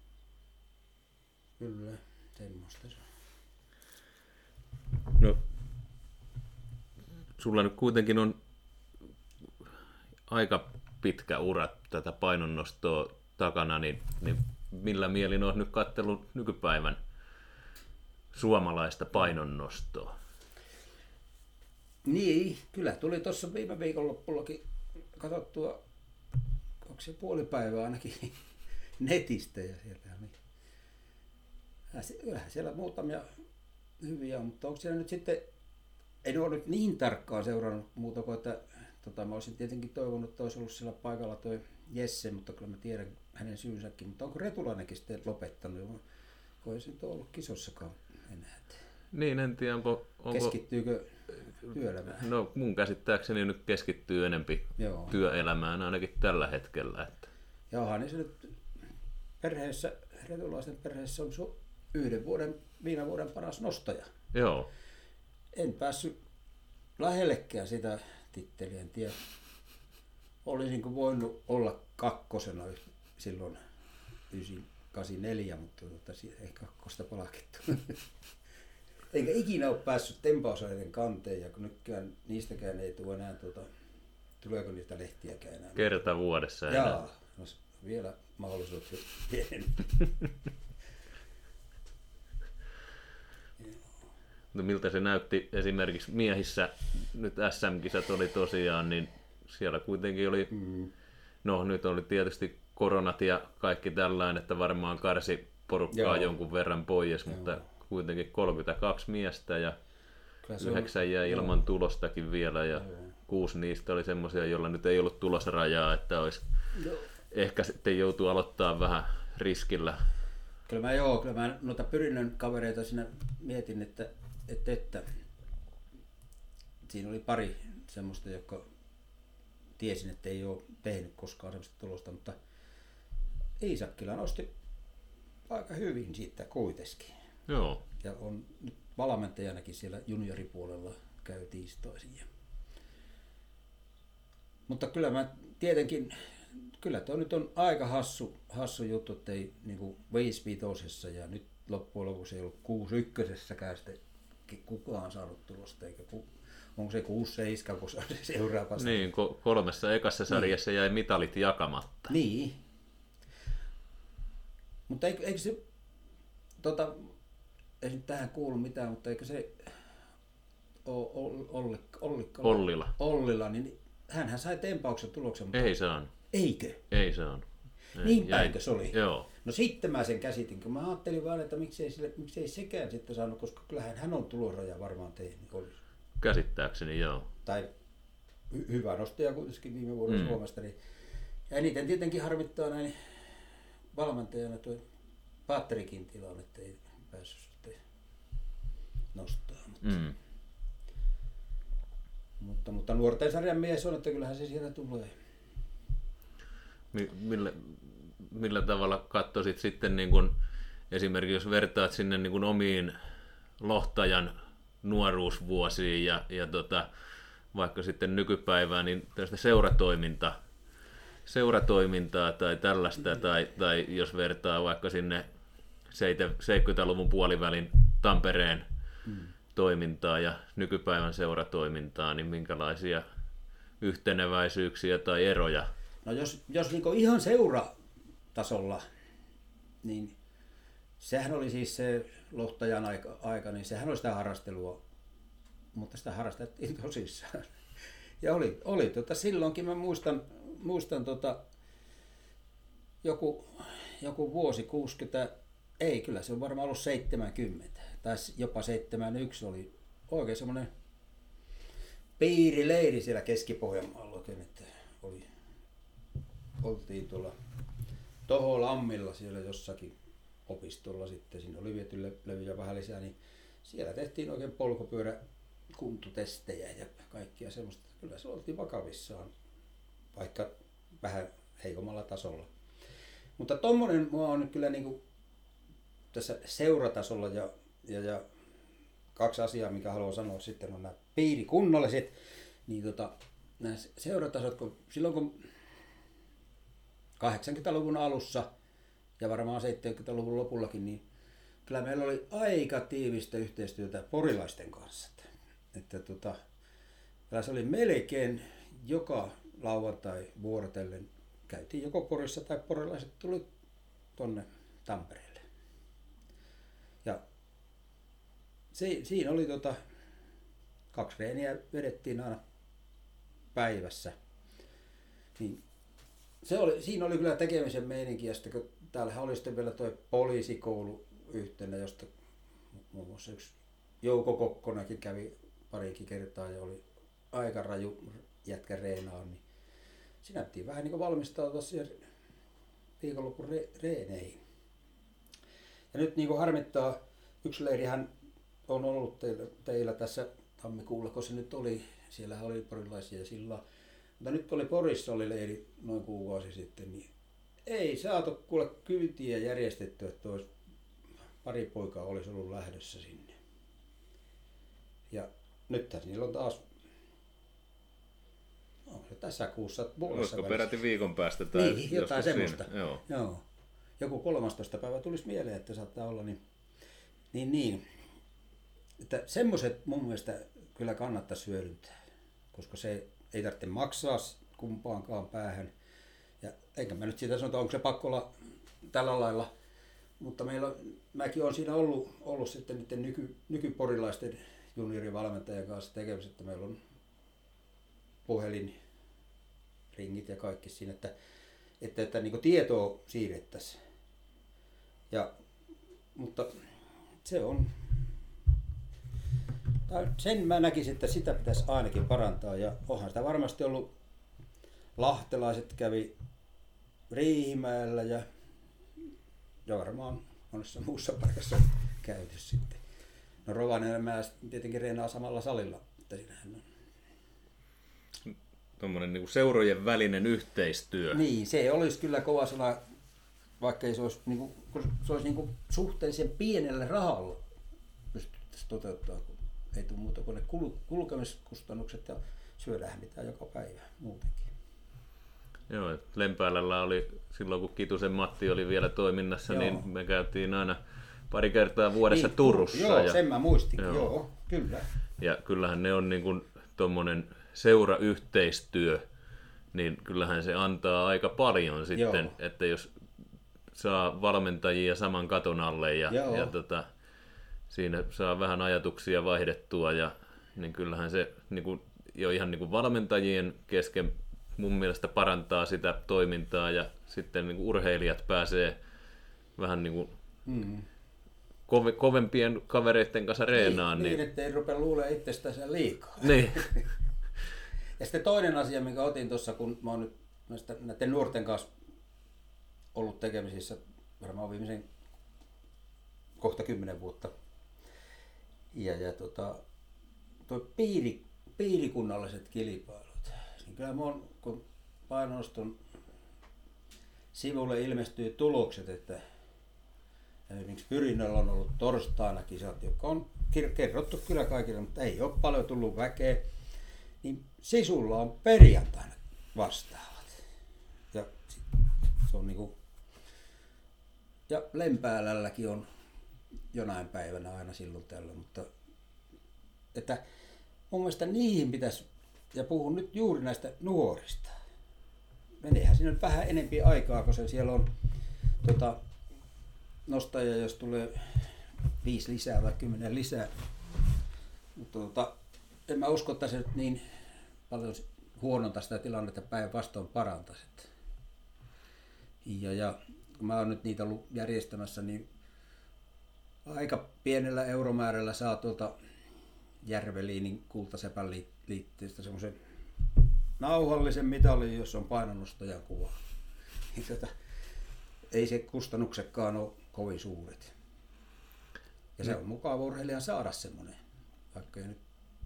Kyllä, semmoista se on. No, sulla nyt kuitenkin on aika pitkä ura tätä painonnostoa takana, niin millä mielin olet nyt katsellut nykypäivän suomalaista painonnostoa? Niin, kyllä tuli tuossa viime viikonloppullakin katsottua 2,5 päivää ainakin netistä ja sieltä niin. Kyllähän siellä muutamia hyviä on, mutta onko siellä nyt sitten, en ole nyt niin tarkkaan seurannut muuta kuin, että mä olisin tietenkin toivonut, että olisi ollut sillä paikalla toi Jesse, mutta kyllä mä tiedän hänen syynsäkin, mutta onko Retulainenkin sitten lopettanut, kun ei se nyt ollut kisossakaan enää. Niin, en tiedä, onko... Keskittyykö työelämään? No mun käsittääkseni nyt keskittyy enempi työelämään ainakin tällä hetkellä. Että... Jaaha, niin se nyt perheessä, Retulaisen perheessä on sun viime vuoden paras nostaja. Joo. En päässyt lähellekään sitä titteliä, en tiedä. Olisinko voinut olla kakkosena silloin 1984, mutta ei kakkosta palkittu. Eikä ikinä ole päässyt tempausaiden kanteen, ja kun nytkään niistäkään ei tule enää, tuleeko niistä lehtiäkään enää. Kerta vuodessa enää. Jaa, no, vielä mahdollisuuksia pienen. No miltä se näytti esimerkiksi miehissä, nyt SM-kisat oli tosiaan, niin siellä kuitenkin oli, no nyt oli tietysti koronat ja kaikki tällainen, että varmaan karsi porukkaa jonkun verran pois, mutta kuitenkin 32 miestä ja 9 jäi ilman tulostakin vielä ja 6 niistä oli semmoisia, joilla nyt ei ollut tulosrajaa, että olisi ehkä sitten joutuu aloittaa vähän riskillä. Kyllä mä noita Pyrinnön kavereita siinä mietin, että siinä oli pari semmoista, jotka tiesin, että ei ole tehnyt koskaan semmoista tulosta, mutta Iisakkila nosti aika hyvin siitä kuitenkin. Joo. Ja on nyt valmentajanakin siellä junioripuolella käy tiistaisin. Mutta kyllä mä tietenkin, kyllä tuo nyt on aika hassu juttu, että ei niin 5-5 ja nyt loppujen lopuksi ei ollut 6-1 sitten kukaan saanut tulosta, eikä onko se 6-7, kun se on se seuraava. Niin, 3 ekassa sarjassa jäi mitalit jakamatta. Niin. Mutta eikö se, ei nyt tähän kuulu mitään, mutta eikö se Ollila, niin hänhän sai tempauksen tuloksen. Mutta... Ei saanut. Eikö? Ei saanut. Niin päinkö se oli? Joo. No sitten mä sen käsitin, kun mä ajattelin vaan, että miksei sekään sitten saanut, koska kyllähän hän on tulosraja varmaan tehnyt. Olisi. Käsittääkseni joo. Tai hyvä nostaja kuitenkin viime vuoden Suomesta. Niin. Ja eniten tietenkin harmittaa näin valmentajana tuo Patterikin tilanne, että ei päässyt sitten nostaa. Mutta nuorten sarjan mies on, että kyllähän se sieltä tulee. Millä tavalla katsoisit sitten niin kun, esimerkiksi jos vertaat sinne niin kun omiin lohtajan nuoruusvuosiin ja vaikka sitten nykypäivään, niin tästä seuratoimintaa tai tällaista, tai jos vertaa vaikka sinne 70-luvun puolivälin Tampereen toimintaa ja nykypäivän seuratoimintaa, niin minkälaisia yhteneväisyyksiä tai eroja? No jos niin ihan seuratasolla, niin sehän oli siis se lohtajan aika, niin sehän oli sitä harrastelua, mutta sitä harrastettiin tosissaan. Ja oli silloinkin mä muistan joku vuosi 60, ei kyllä se on varmaan ollut 70, tai jopa 71 oli oikein semmoinen piirileiri siellä Keski-Pohjanmaalla oikein, että oltiin tuolla Toholammilla siellä jossakin opistolla sitten, siinä oli viety levyjä vähän lisää, niin siellä tehtiin oikein polkupyöräkuntotestejä ja kaikkia semmoista. Kyllä se oltiin vakavissaan, vaikka vähän heikommalla tasolla. Mutta tommonen mua on nyt kyllä niinku tässä seuratasolla ja 2 asiaa, mikä haluan sanoa sitten on nämä piirikunnalliset, niin nämä seuratasot, silloin kun 80-luvun alussa ja varmaan 70-luvun lopullakin, niin kyllä meillä oli aika tiivistä yhteistyötä porilaisten kanssa. Että kyllä se oli melkein joka lauantai vuorotellen. Käytiin joko Porissa tai porilaiset tuli tonne Tampereelle. Ja siinä oli 2 reeniä vedettiin aina päivässä. Niin siinä oli kyllä tekemisen meininki, ja sitten kun täällähän oli sitten vielä tuo poliisikoulu yhtenä, josta muun muassa yksi Jouko Kokkonenkin kävi parikin kertaa ja oli aika raju jätkä reenaan, niin siinä piti vähän niin kuin valmistautua siihen viikonlopun reeneihin. Ja nyt niin kuin harmittaa, yksi leirihän on ollut teillä tässä tammikuulla, kun se nyt oli, siellähän oli porilaisia silloin, mutta nyt oli Porissa oli leiri noin kuukausi sitten, niin ei saatu kuule kyytiä järjestettyä, että pari poikaa olisi ollut lähdössä sinne. Ja nythän niillä on taas, onko se tässä kuussa puolessa olisiko välissä peräti viikon päästä tai niin, jotain semmoista. Joo. Joku 13. päivä tulisi mieleen, että saattaa olla, niin. Että semmoiset mun mielestä kyllä kannattaisi hyödyntää, koska se ei tarvitse maksaa kumpaankaan päähän. Ja enkä mä nyt siitä sanota, onko se pakko olla tällä lailla, mutta mäkin olen siinä ollut sitten niiden nykyporilaisten juniorivalmentajan kanssa tekemisissä, että meillä on puhelinringit ja kaikki siinä, että niin kuin tietoa siirrettäisiin. Mutta se on, sen mä näkisin, että sitä pitäisi ainakin parantaa, ja onhan sitä varmasti ollut, lahtelaiset kävi Riihimäellä ja varmaan monessa muussa paikassa käyty sitten. No Rovaniemeellä tietenkin reenaa samalla salilla, että siinähän on. Tuommoinen niin kuin seurojen välinen yhteistyö. Niin, se olisi kyllä kova sana, vaikka ei se olisi, niin kuin, se olisi niin kuin suhteellisen pienellä rahalla pystyttäisiin toteuttamaan, kun ei tule muuta kuin ne kulkemiskustannukset ja syödään mitään joka päivä muutenkin. Joo, Lempäälällä oli silloin kun Kitusen Matti oli vielä toiminnassa, joo, niin me käytiin aina pari kertaa vuodessa niin, Turussa. Joo, sen mä muistin, joo, kyllä. Ja kyllähän ne on niin kuin tommonen seurayhteistyö, niin kyllähän se antaa aika paljon sitten, joo, että jos saa valmentajia saman katon alle ja siinä saa vähän ajatuksia vaihdettua, niin kyllähän se niin kuin, jo ihan niin kuin valmentajien kesken mun mielestä parantaa sitä toimintaa, ja sitten niin kuin urheilijat pääsee vähän niin kuin kovempien kavereiden kanssa reenaan. Niin, ettei rupea luulemaan itsestään liikaa. Niin. Ja sitten toinen asia, minkä otin tuossa, kun mä oon nyt näiden nuorten kanssa ollut tekemisissä varmaan viimeisen kohta 10 vuotta. Ja tuo piirikunnalliset kilpailut. Niin kyllä mä oon, kun painonoston sivulle ilmestyy tulokset, että esimerkiksi Pyrinnöllä on ollut torstaina kisat, jotka on kerrottu kyllä kaikille, mutta ei ole paljon tullut väkeä. Niin Sisulla on perjantaina vastaavat. Ja se on niinku, ja Lempäälälläkin on jonain päivänä aina silloin tällöin, mutta että mun mielestä niihin pitäisi, ja puhun nyt juuri näistä nuorista. Meneehän siinä nyt vähän enempi aikaa, kun siellä on nostajia, jos tulee 5 lisää vai 10 lisää. Mutta en mä usko, että se nyt niin paljon huononta sitä tilannetta päinvastoin parantaisi. Ja kun mä oon nyt niitä ollut järjestämässä, niin aika pienellä euromäärällä saa tuolta Järveliinin Kultasepän liitteestä semmoisen nauhallisen mitalin, jossa on painonnostajan kuva. Ei se kustannuksetkaan ole kovin suuret. Ja se on mukava urheilijan saada semmoinen, vaikka ei nyt.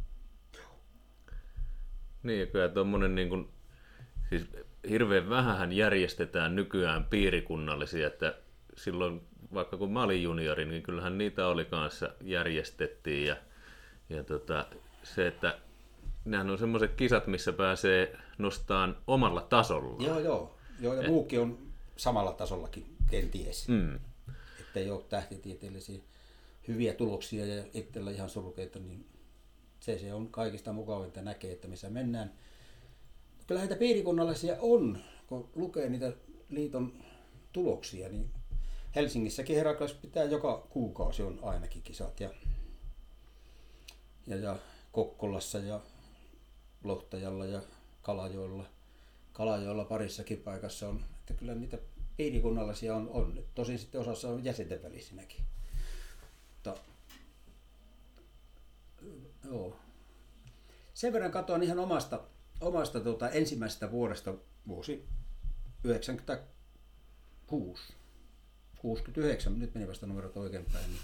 Niin, kyllä tuommoinen niin kuin, siis hirveän vähähän järjestetään nykyään piirikunnallisia, että silloin vaikka kun mä olin juniori, niin kyllähän niitä oli kanssa järjestettiin ja se, että nehän on semmoiset kisat, missä pääsee nostamaan omalla tasolla. Joo, ja muukin on samalla tasollakin kenties. Että ei ole tähtitieteellisiä hyviä tuloksia ja itsellä ihan surkeita, niin se on kaikista mukavinta näkee, että missä mennään. Kyllä näitä piirikunnallisia on, kun lukee niitä liiton tuloksia, niin Helsingissäkin Herakles pitää joka kuukausi on ainakin kisat ja Kokkolassa ja Lohtajalla ja Kalajoella Kalajoella parissakin paikassa on, että kyllä niitä piirikunnallisia on. Tosin sitten osassa on jäsenten välisinäkin. Mutta, joo. Sen verran katoan ihan omasta ensimmäisestä vuodesta, vuosi 96, 69, nyt meni vasta numerot oikeinpäin,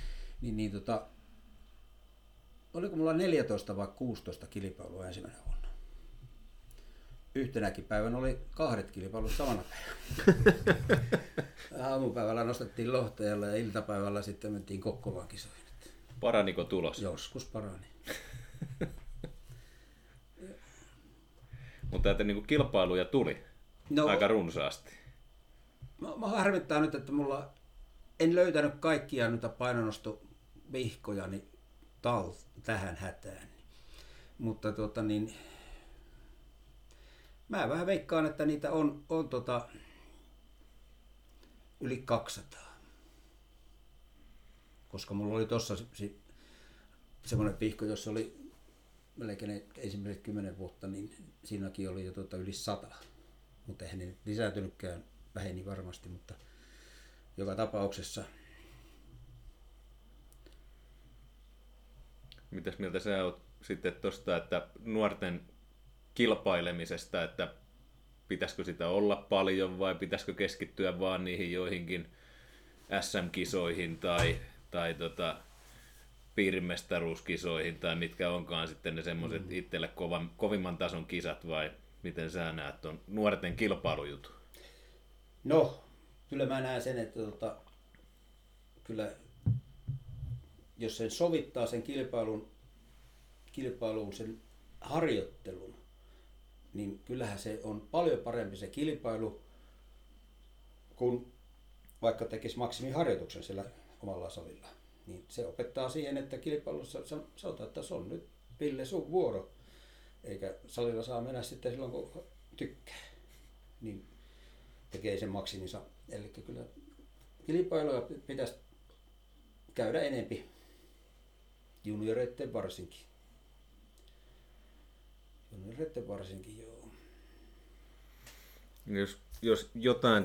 oliko mulla 14 vai 16 kilpailua ensimmäinen vuonna. Yhtenäkin päivänä oli 2 kilpailut samana päivänä. Aamupäivällä nostettiin Lohtajalla ja iltapäivällä sitten mentiin Kokkolaan kisoihin. Paraniko tulos? Joskus parani. Mutta että niin kilpailuja tuli aika runsaasti. Mä harmittaa nyt, että en löytänyt kaikkia noita painonnostovihkojani tähän hätään. Mutta mä vähän veikkaan, että niitä on yli 200. Koska mulla oli tossa semmoinen vihko, jossa oli melkein ensimmäiset 10 vuotta, niin siinäkin oli jo yli 100. Mutta eihän ne lisääntynytkään, väheni varmasti, mutta joka tapauksessa. Mitäs mieltä sä oot sitten tuosta, että nuorten kilpailemisesta, että pitäisikö sitä olla paljon vai pitäisikö keskittyä vaan niihin joihinkin SM-kisoihin tai piirimestaruuskisoihin tai mitkä onkaan sitten ne semmoiset itselle kovimman tason kisat vai miten sä näet tuon nuorten kilpailujutun? No, kyllä mä näen sen, että kyllä jos sen sovittaa sen kilpailuun sen harjoittelun, niin kyllähän se on paljon parempi se kilpailu, kun vaikka tekisi maksimiharjoituksen siellä omalla salilla. Niin se opettaa siihen, että kilpailussa sanotaan, että se on nyt Ville sun vuoro, eikä salilla saa mennä sitten silloin kun tykkää. Niin tekee sen maksiminsa. Eli kyllä kilpailuja pitäisi käydä enempi, junioreiden varsinkin. Junioreiden varsinkin, joo. Jos jotain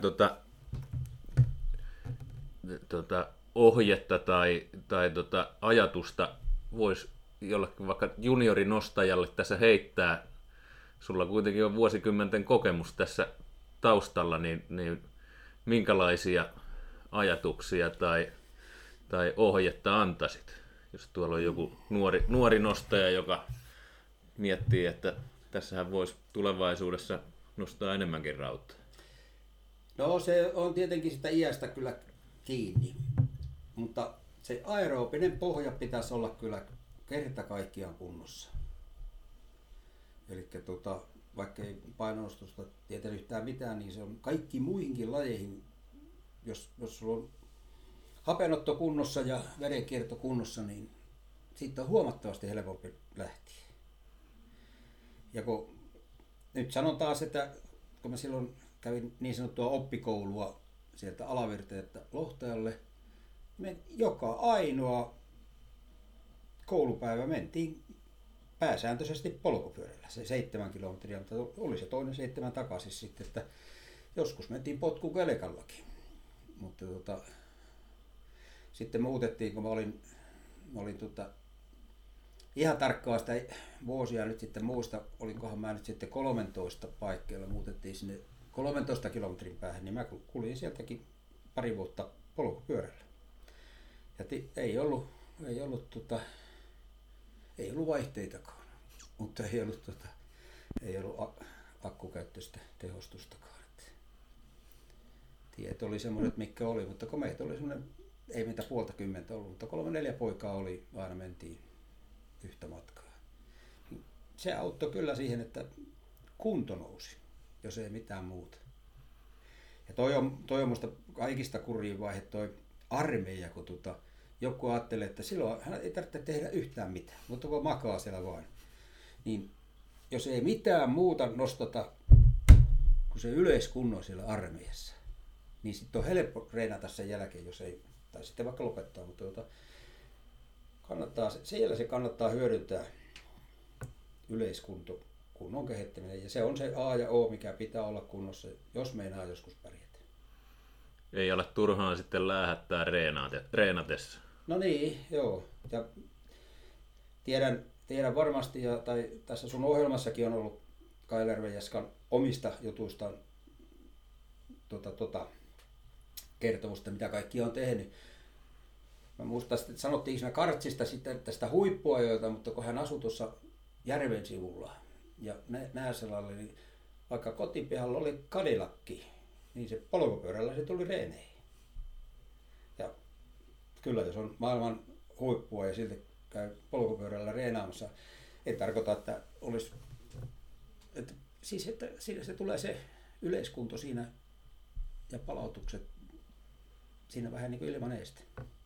ohjetta tai ajatusta voisi jollekin vaikka juniorinostajalle tässä heittää, sulla kuitenkin on vuosikymmenten kokemus tässä taustalla, niin minkälaisia ajatuksia tai ohjetta antaisit, jos tuolla on joku nuori nostaja, joka miettii, että tässähän voisi tulevaisuudessa nostaa enemmänkin rautaa? No se on tietenkin sitä iästä kyllä kiinni, mutta se aerobinen pohja pitäisi olla kyllä kerta kaikkiaan kunnossa. Eli vaikka ei painostusta tietä yhtään mitään, niin se on kaikki muihinkin lajeihin, jos sulla on hapenotto kunnossa ja verenkierto kunnossa, niin siitä on huomattavasti helpompi lähteä. Ja kun nyt sanon taas, että kun mä silloin kävin niin sanottua oppikoulua sieltä Alavirteeltä Lohtajalle, me joka ainoa koulupäivä mentiin pääsääntöisesti polkupyörällä, se 7 kilometriä, mutta oli se toinen 7 takaisin sitten, että joskus mentiin potkukelekallakin. Mutta sitten muutettiin, kun mä olin ihan tarkkaan sitä vuosia nyt sitten muista, olinkohan mä nyt sitten 13 paikkeilla, muutettiin sinne 13 kilometrin päähän, niin mä kuljin sieltäkin pari vuotta polkupyörällä. Ja ei ollut vaihteitakaan, mutta ei ollut akkukäyttöistä tehostustakaan. Tiet oli semmoiset, mitkä oli, mutta kun meitä oli semmoinen, ei meitä 50 ollut, mutta 3-4 poikaa oli, aina mentiin yhtä matkaa. Se auttoi kyllä siihen, että kunto nousi, jos ei mitään muuta. Ja toi on musta kaikista kurjin vaihe toi armeija, kun joku ajattelee, että silloin hän ei tarvitse tehdä yhtään mitään, mutta kun makaa siellä vain. Niin jos ei mitään muuta nostata kuin se yleiskunnon siellä armeijassa, niin sitten on helppo reenata sen jälkeen, jos ei, tai sitten vaikka lopettaa, mutta siellä se kannattaa hyödyntää yleiskunto kunnon kehittäminen. Ja se on se A ja O, mikä pitää olla kunnossa, jos meinaa joskus pärjätä. Ei ole turhaan sitten läähättää treenatessa. No niin, joo. Ja tiedän varmasti, tai tässä sun ohjelmassakin on ollut Kailärven Jeskan omista jutuista kertomusta, mitä kaikki on tehnyt. Mä muistan, että sanottiin siinä Kartsista sitten tästä huippuajoilta, mutta kun hän asui tuossa järven sivulla ja Nääselällä, niin vaikka kotipihalla oli Kadilakki, niin se polkupyörällä se tuli reeneihin. Ja kyllä jos on maailman huippua ja silti käy polkupyörällä reenaamassa, ei tarkoita, että olisi, että siinä se tulee se yleiskunto siinä ja palautukset siinä vähän niin kuin ilman este.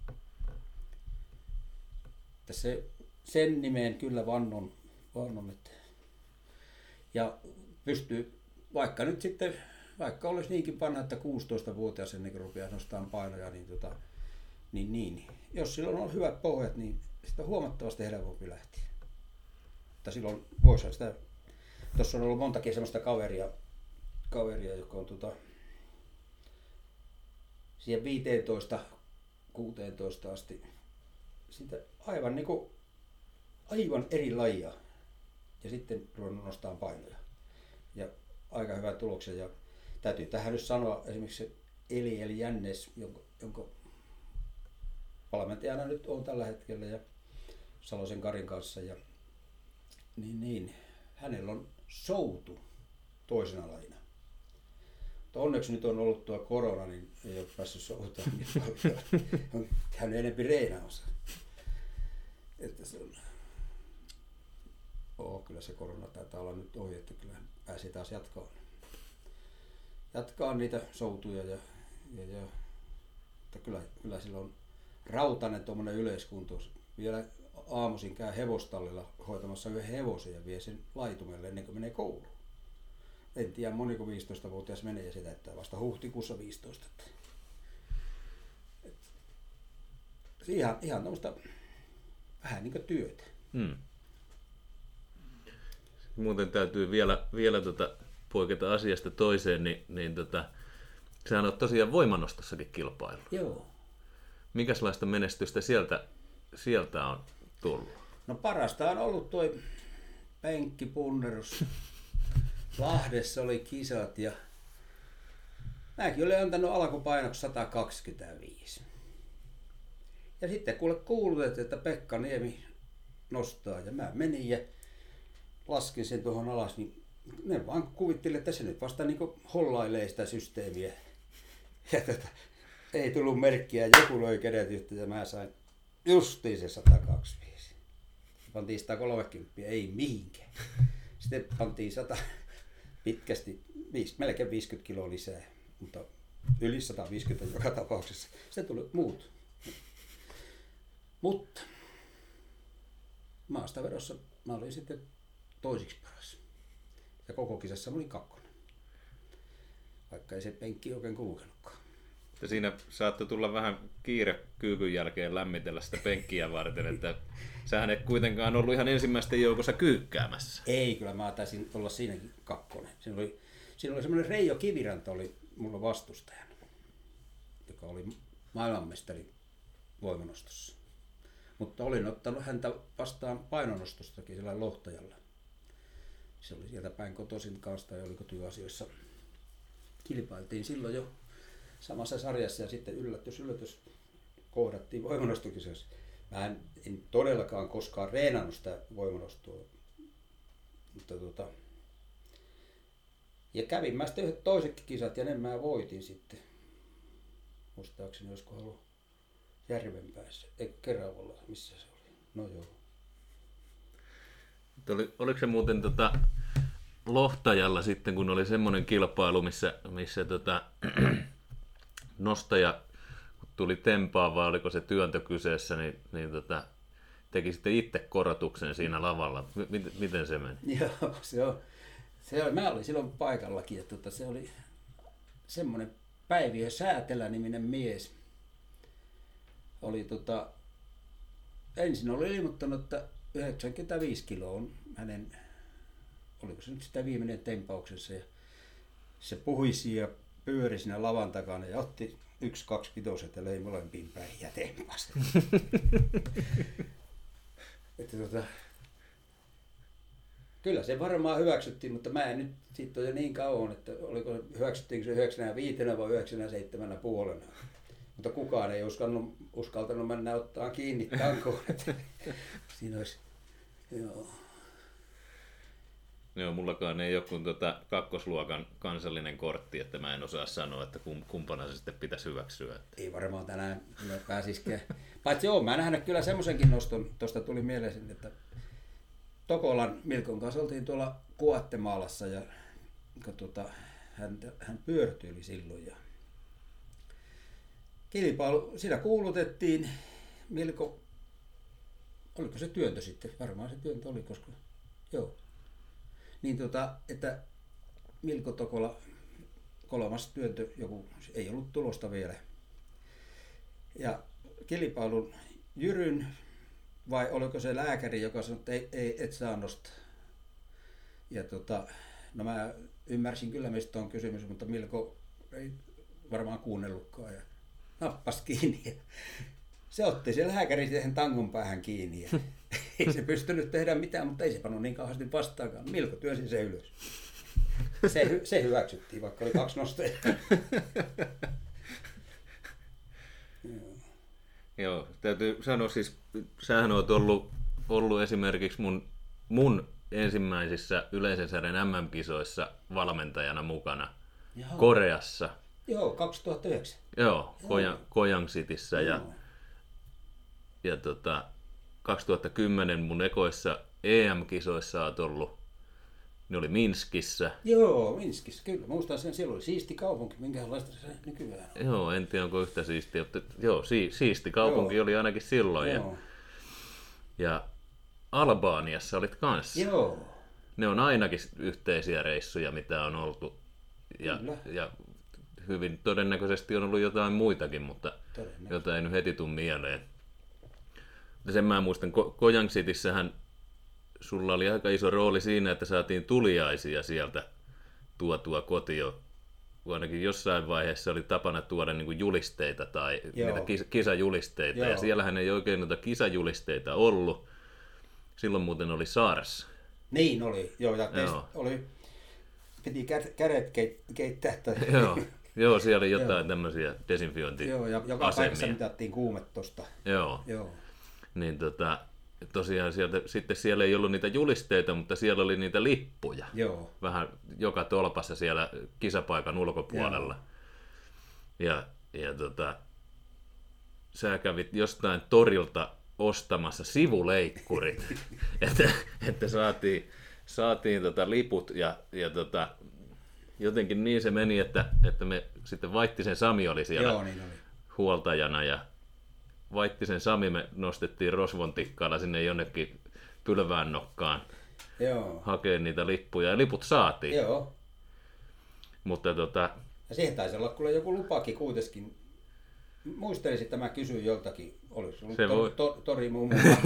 Sen nimeen kyllä vannon että ja pystyy, vaikka nyt sitten, vaikka olisi niinkin vanha, että 16-vuotias ennen kuin rupeaa nostamaan painoja, niin jos silloin on hyvät pohjat, niin sitä huomattavasti helpompi lähteä. Mutta silloin voisi sitä, tuossa on ollut montakin semmoista kaveria joka on siihen 15-16 asti sitä aivan eri lajia ja sitten ruvennut nostamaan painoja ja aika hyvän tuloksen. Ja täytyy tähän nyt sanoa esimerkiksi se Eli Jännes, jonka valmentajana nyt on tällä hetkellä ja Salosen Karin kanssa ja niin hänellä on soutu toisena lajina. Mutta onneksi nyt on ollut tuo korona, niin ei ole päässyt soutaan niin paljon. Hän on enempi reenaamassa. Että se on, kyllä se korona taitaa olla nyt ohi, että kyllä hän pääsee taas jatkaa niitä soutuja ja mutta kyllä sillä on rautainen tuommoinen yleiskunto. Vielä aamuisin käy hevostallilla hoitamassa yhden hevosen ja vie sen laitumelle ennen kuin menee kouluun. En tiedä moniko 15-vuotias menee ja se täyttää vasta huhtikuussa 15. Ihan tuommoista vähän niin kuin työtä. Muuten täytyy vielä poiketa asiasta toiseen, niin sehän on tosiaan voimanostossakin kilpailu. Joo. Minkälaista menestystä sieltä on tullut? No parasta on ollut tuo penkkipunnerus. Lahdessa oli kisat ja mäkin olen antanut alkupainoksi 125. Ja sitten kuule kuulutettiin, että Pekka Niemi nostaa ja mä menin ja laskin sen tuohon alas, niin ne vaan kuvitteli, että se nyt vasta niin kuin hollailee sitä systeemiä. Ja ei tullut merkkiä, joku löi kädet yhtä ja mä sain justiin se 125. Pantiin 130, ei mihinkään. Sitten pantiin 100 pitkästi, melkein 50 kiloa lisää, mutta yli 150 joka tapauksessa. Sitten tuli muut. Mutta maastavedossa mä olin sitten toisiksi paras. Ja koko kisassa mä olin 2. Vaikka ei se penkki oikein kulkenutkaan. Ja siinä saattoi tulla vähän kiire kyykyn jälkeen lämmitellä sitä penkkiä varten, että sähän et kuitenkaan ollut ihan ensimmäisten joukossa kyykkäämässä. Ei, kyllä mä taisin olla siinäkin 2. Siinä oli semmoinen Reijo Kiviranta oli mulla vastustajana, joka oli maailmanmestari voimanostossa. Mutta olin ottanut häntä vastaan painonostostakin sillä Lohtajalla. Se oli sieltä päin kotoisin kanssa tai oliko työasioissa. Kilpailtiin silloin jo samassa sarjassa ja sitten yllätys kohdattiin voimanostokisoissa. Mä en todellakaan koskaan reenannut sitä voimanostoa. Mutta ja kävin mä sitten toisetkin kisat ja ne mä voitin sitten. Muistaakseni olisiko ollut Järvenpäässä, eikö Keravalla, missä se oli? No joo. Oliko se muuten Lohtajalla sitten, kun oli semmoinen kilpailu, missä nostaja tuli tempaan, vai oliko se työntö kyseessä, niin teki sitten itse korotuksen siinä lavalla. Miten se meni? Joo, se on. Mä olin silloin paikallakin, että se oli semmoinen Päiviö Säätelä-niminen mies. Oli ensin oli ilmoittanut, että 95 kiloa on hänen oliko se nyt sitä viimeinen tempauksessa. Ja se puhisi ja pyöri siinä lavan takana ja otti 1-2 vitoset ja löi molempiin päin ja tempasi. Että kyllä se varmaan hyväksyttiin, mutta mä en nyt, siitä on jo niin kauan, että hyväksyttiinkö se 95 vai 97 puolena. Mutta kukaan ei uskaltanut mennä ottaa kiinni tankoon. Siinä olisi, joo. Joo, mullakaan ei ole kuin kakkosluokan kansallinen kortti, että mä en osaa sanoa, että kumpana se sitten pitäisi hyväksyä. Ei varmaan tänään pääsisikään. Paitsi joo, mä nähnyt kyllä semmoisenkin noston, tuosta tuli mieleen, että Tokolan Milkon kanssa oltiin tuolla Guatemalassa ja hän pyörtyili silloin. Ja kilpailu, siinä kuulutettiin, Milko, oliko se työntö sitten? Varmaan se työntö oli, koska joo. Niin että Milko Tokola, kolmas työntö, joku, ei ollut tulosta vielä. Ja kilpailun Jyryn, vai oliko se lääkäri, joka sanoi, että ei et saa nostaa. Ja no mä ymmärsin kyllä, mistä on kysymys, mutta Milko ei varmaan kuunnellutkaan ja nappasi kiinni. Ja se otti se lääkäri siihen tangon päähän kiinni ja ei se pystynyt tehdä mitään, mutta ei se pannut niin kauheasti vastaakaan. Milko työnsi se ylös. Se hyväksyttiin, vaikka oli 2 nostajaa. Joo, täytyy sanoa siis, sähän oot ollut esimerkiksi mun ensimmäisissä yleisen sarjan MM-kisoissa valmentajana mukana. Joo. Koreassa. Joo, 2009. Joo, Kojang Cityssä ja 2010 mun ekoissa EM-kisoissa oot ollut. Ne oli Minskissä. Joo, Minskissä, kyllä. Muistan sen, siellä oli siisti kaupunki, minkälaista se nykyään on. Joo, en tiedä onko yhtä siistiä, mutta joo, siisti kaupunki oli ainakin silloin. Ja Albaniassa olit kanssa. Joo. Ne on ainakin yhteisiä reissuja, mitä on oltu. Ja hyvin todennäköisesti on ollut jotain muitakin, mutta jotain ei nyt heti tule mieleen. Sen mä muistan, Kojang Cityssähän sulla oli aika iso rooli siinä, että saatiin tuliaisia sieltä tuotua kotiin. Ainakin jossain vaiheessa oli tapana tuoda niin kuin julisteita tai niitä kisajulisteita. Joo. Ja siellähän ei oikein noita kisajulisteita ollut. Silloin muuten oli SARS. Niin oli, joo. Ja piti kädet keittää. Joo, siellä oli jotain tämmöisiä desinfiointiasemia. Joo, ja joka paikassa mitattiin kuumet tosta. Joo. Niin tosiaan sitten siellä ei ollut niitä julisteita, mutta siellä oli niitä lippuja. Joo. Vähän joka tolpassa siellä kisapaikan ulkopuolella. Joo. Ja sä kävit jostain torilta ostamassa sivuleikkurit, että saatiin liput ja jotenkin niin se meni, että me sitten Vaittisen Sami oli siellä. Joo, niin oli. Huoltajana ja Vaittisen Sami me nostettiin Rosvon tikkaalla sinne jonnekin pylvään nokkaan hakemaan niitä lippuja ja liput saatiin. Joo. Mutta ja siihen taisi olla kyllä joku lupakin kuitenkin. Muistelisin, että mä kysyin joltakin, oliko se ollut tori muun muassa.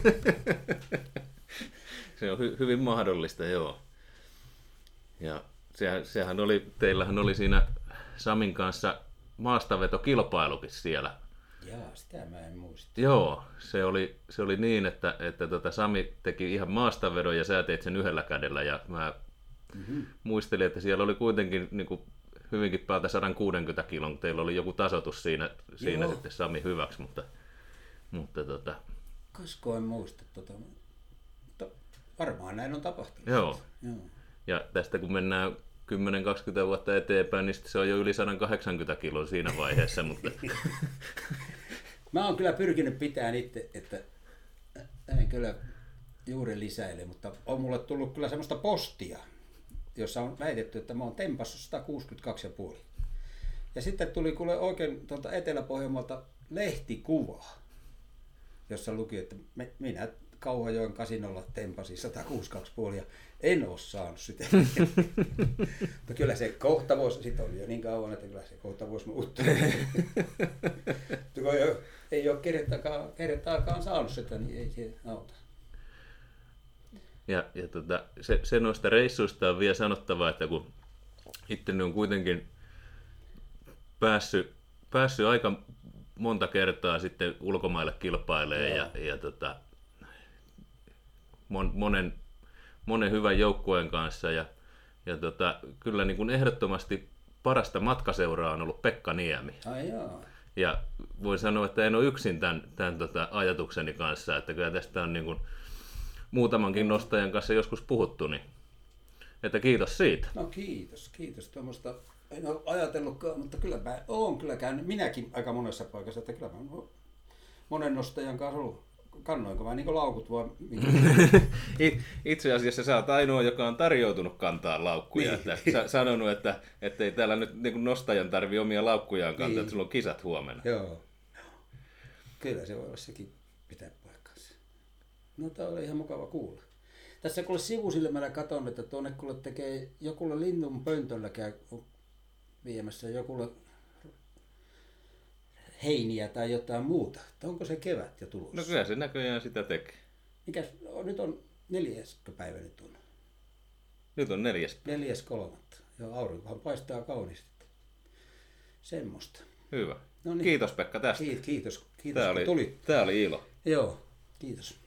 Se on hyvin mahdollista, joo. Ja teillähän oli siinä Samin kanssa maastavetokilpailukin siellä. Jaa, sitä mä en muista. Joo, se oli niin, että Sami teki ihan maastavedon ja sä teit sen yhdellä kädellä ja mä muistelin, että siellä oli kuitenkin niin kuin hyvinkin päältä 160 kilon, teillä oli joku tasoitus siinä sitten Sami hyväksi, mutta Kasko en muista, mutta varmaan näin on tapahtunut. Joo. Ja tästä kun mennään 10-20 vuotta eteenpäin, niin se on jo yli 180 kiloa siinä vaiheessa. Mutta mä oon kyllä pyrkinyt pitämään itse, että en kyllä juuri lisäile, mutta on mulle tullut kyllä semmoista postia, jossa on väitetty, että mä oon tempassut 162,5. Ja sitten tuli kuule oikein tuolta Etelä-Pohjanmaalta lehtikuva, jossa luki, että minä Kauhajoen kasinolla tempasin 162,5 ja en ole saanut sitä. Mutta kyllä se kohta voisi, sitten oli jo niin kauan, että kyllä se kohta voisi muuttua. Ei ole kertaakaan saanut sitä, niin ei se auta. Ja se noista reissuista on vielä sanottava, että kun itse on kuitenkin päässyt aika monta kertaa sitten ulkomaille kilpailemaan ja monen hyvän joukkueen kanssa ja kyllä niin kuin ehdottomasti parasta matkaseuraa on ollut Pekka Niemi. Ai jaa. Ja voin sanoa, että en ole yksin tämän ajatukseni kanssa, että kyllä tästä on niin kuin muutamankin nostajan kanssa joskus puhuttu, niin että kiitos siitä. No kiitos. Tuommoista en ole ajatellutkaan, mutta kylläpä olen kyllä käynyt minäkin aika monessa paikassa, että kyllä mä olen monen nostajan kanssa ollut. Kannoinko mä niin laukut vai Itse asiassa sä oot ainoa, joka on tarjoutunut kantaa laukkuja. Niin. Että sanonut, että ei täällä nyt niin nostajan tarvi omia laukkujaan kantaa, Niin. että sulla on kisat huomenna. Joo. Kyllä se voi olla sekin pitää paikkansa. No tää oli ihan mukava kuulla. Tässä kuule sivusilmällä katon, että tuonne kuule tekee jokulle linnun pöntöllä käy viemässä jokulle heiniä tai jotain muuta. Että onko se kevät jo tulossa? No kyllä se näköjään sitä tekee. Mikäs, nyt on 4. päivä nyt on. Nyt on 4. 4.3. Joo, aurinkohan paistaa kauniisti. Semmosta. Hyvä. No niin. Kiitos Pekka tästä. Kiitos Tää kun tulit. Tää oli ilo. Joo, kiitos.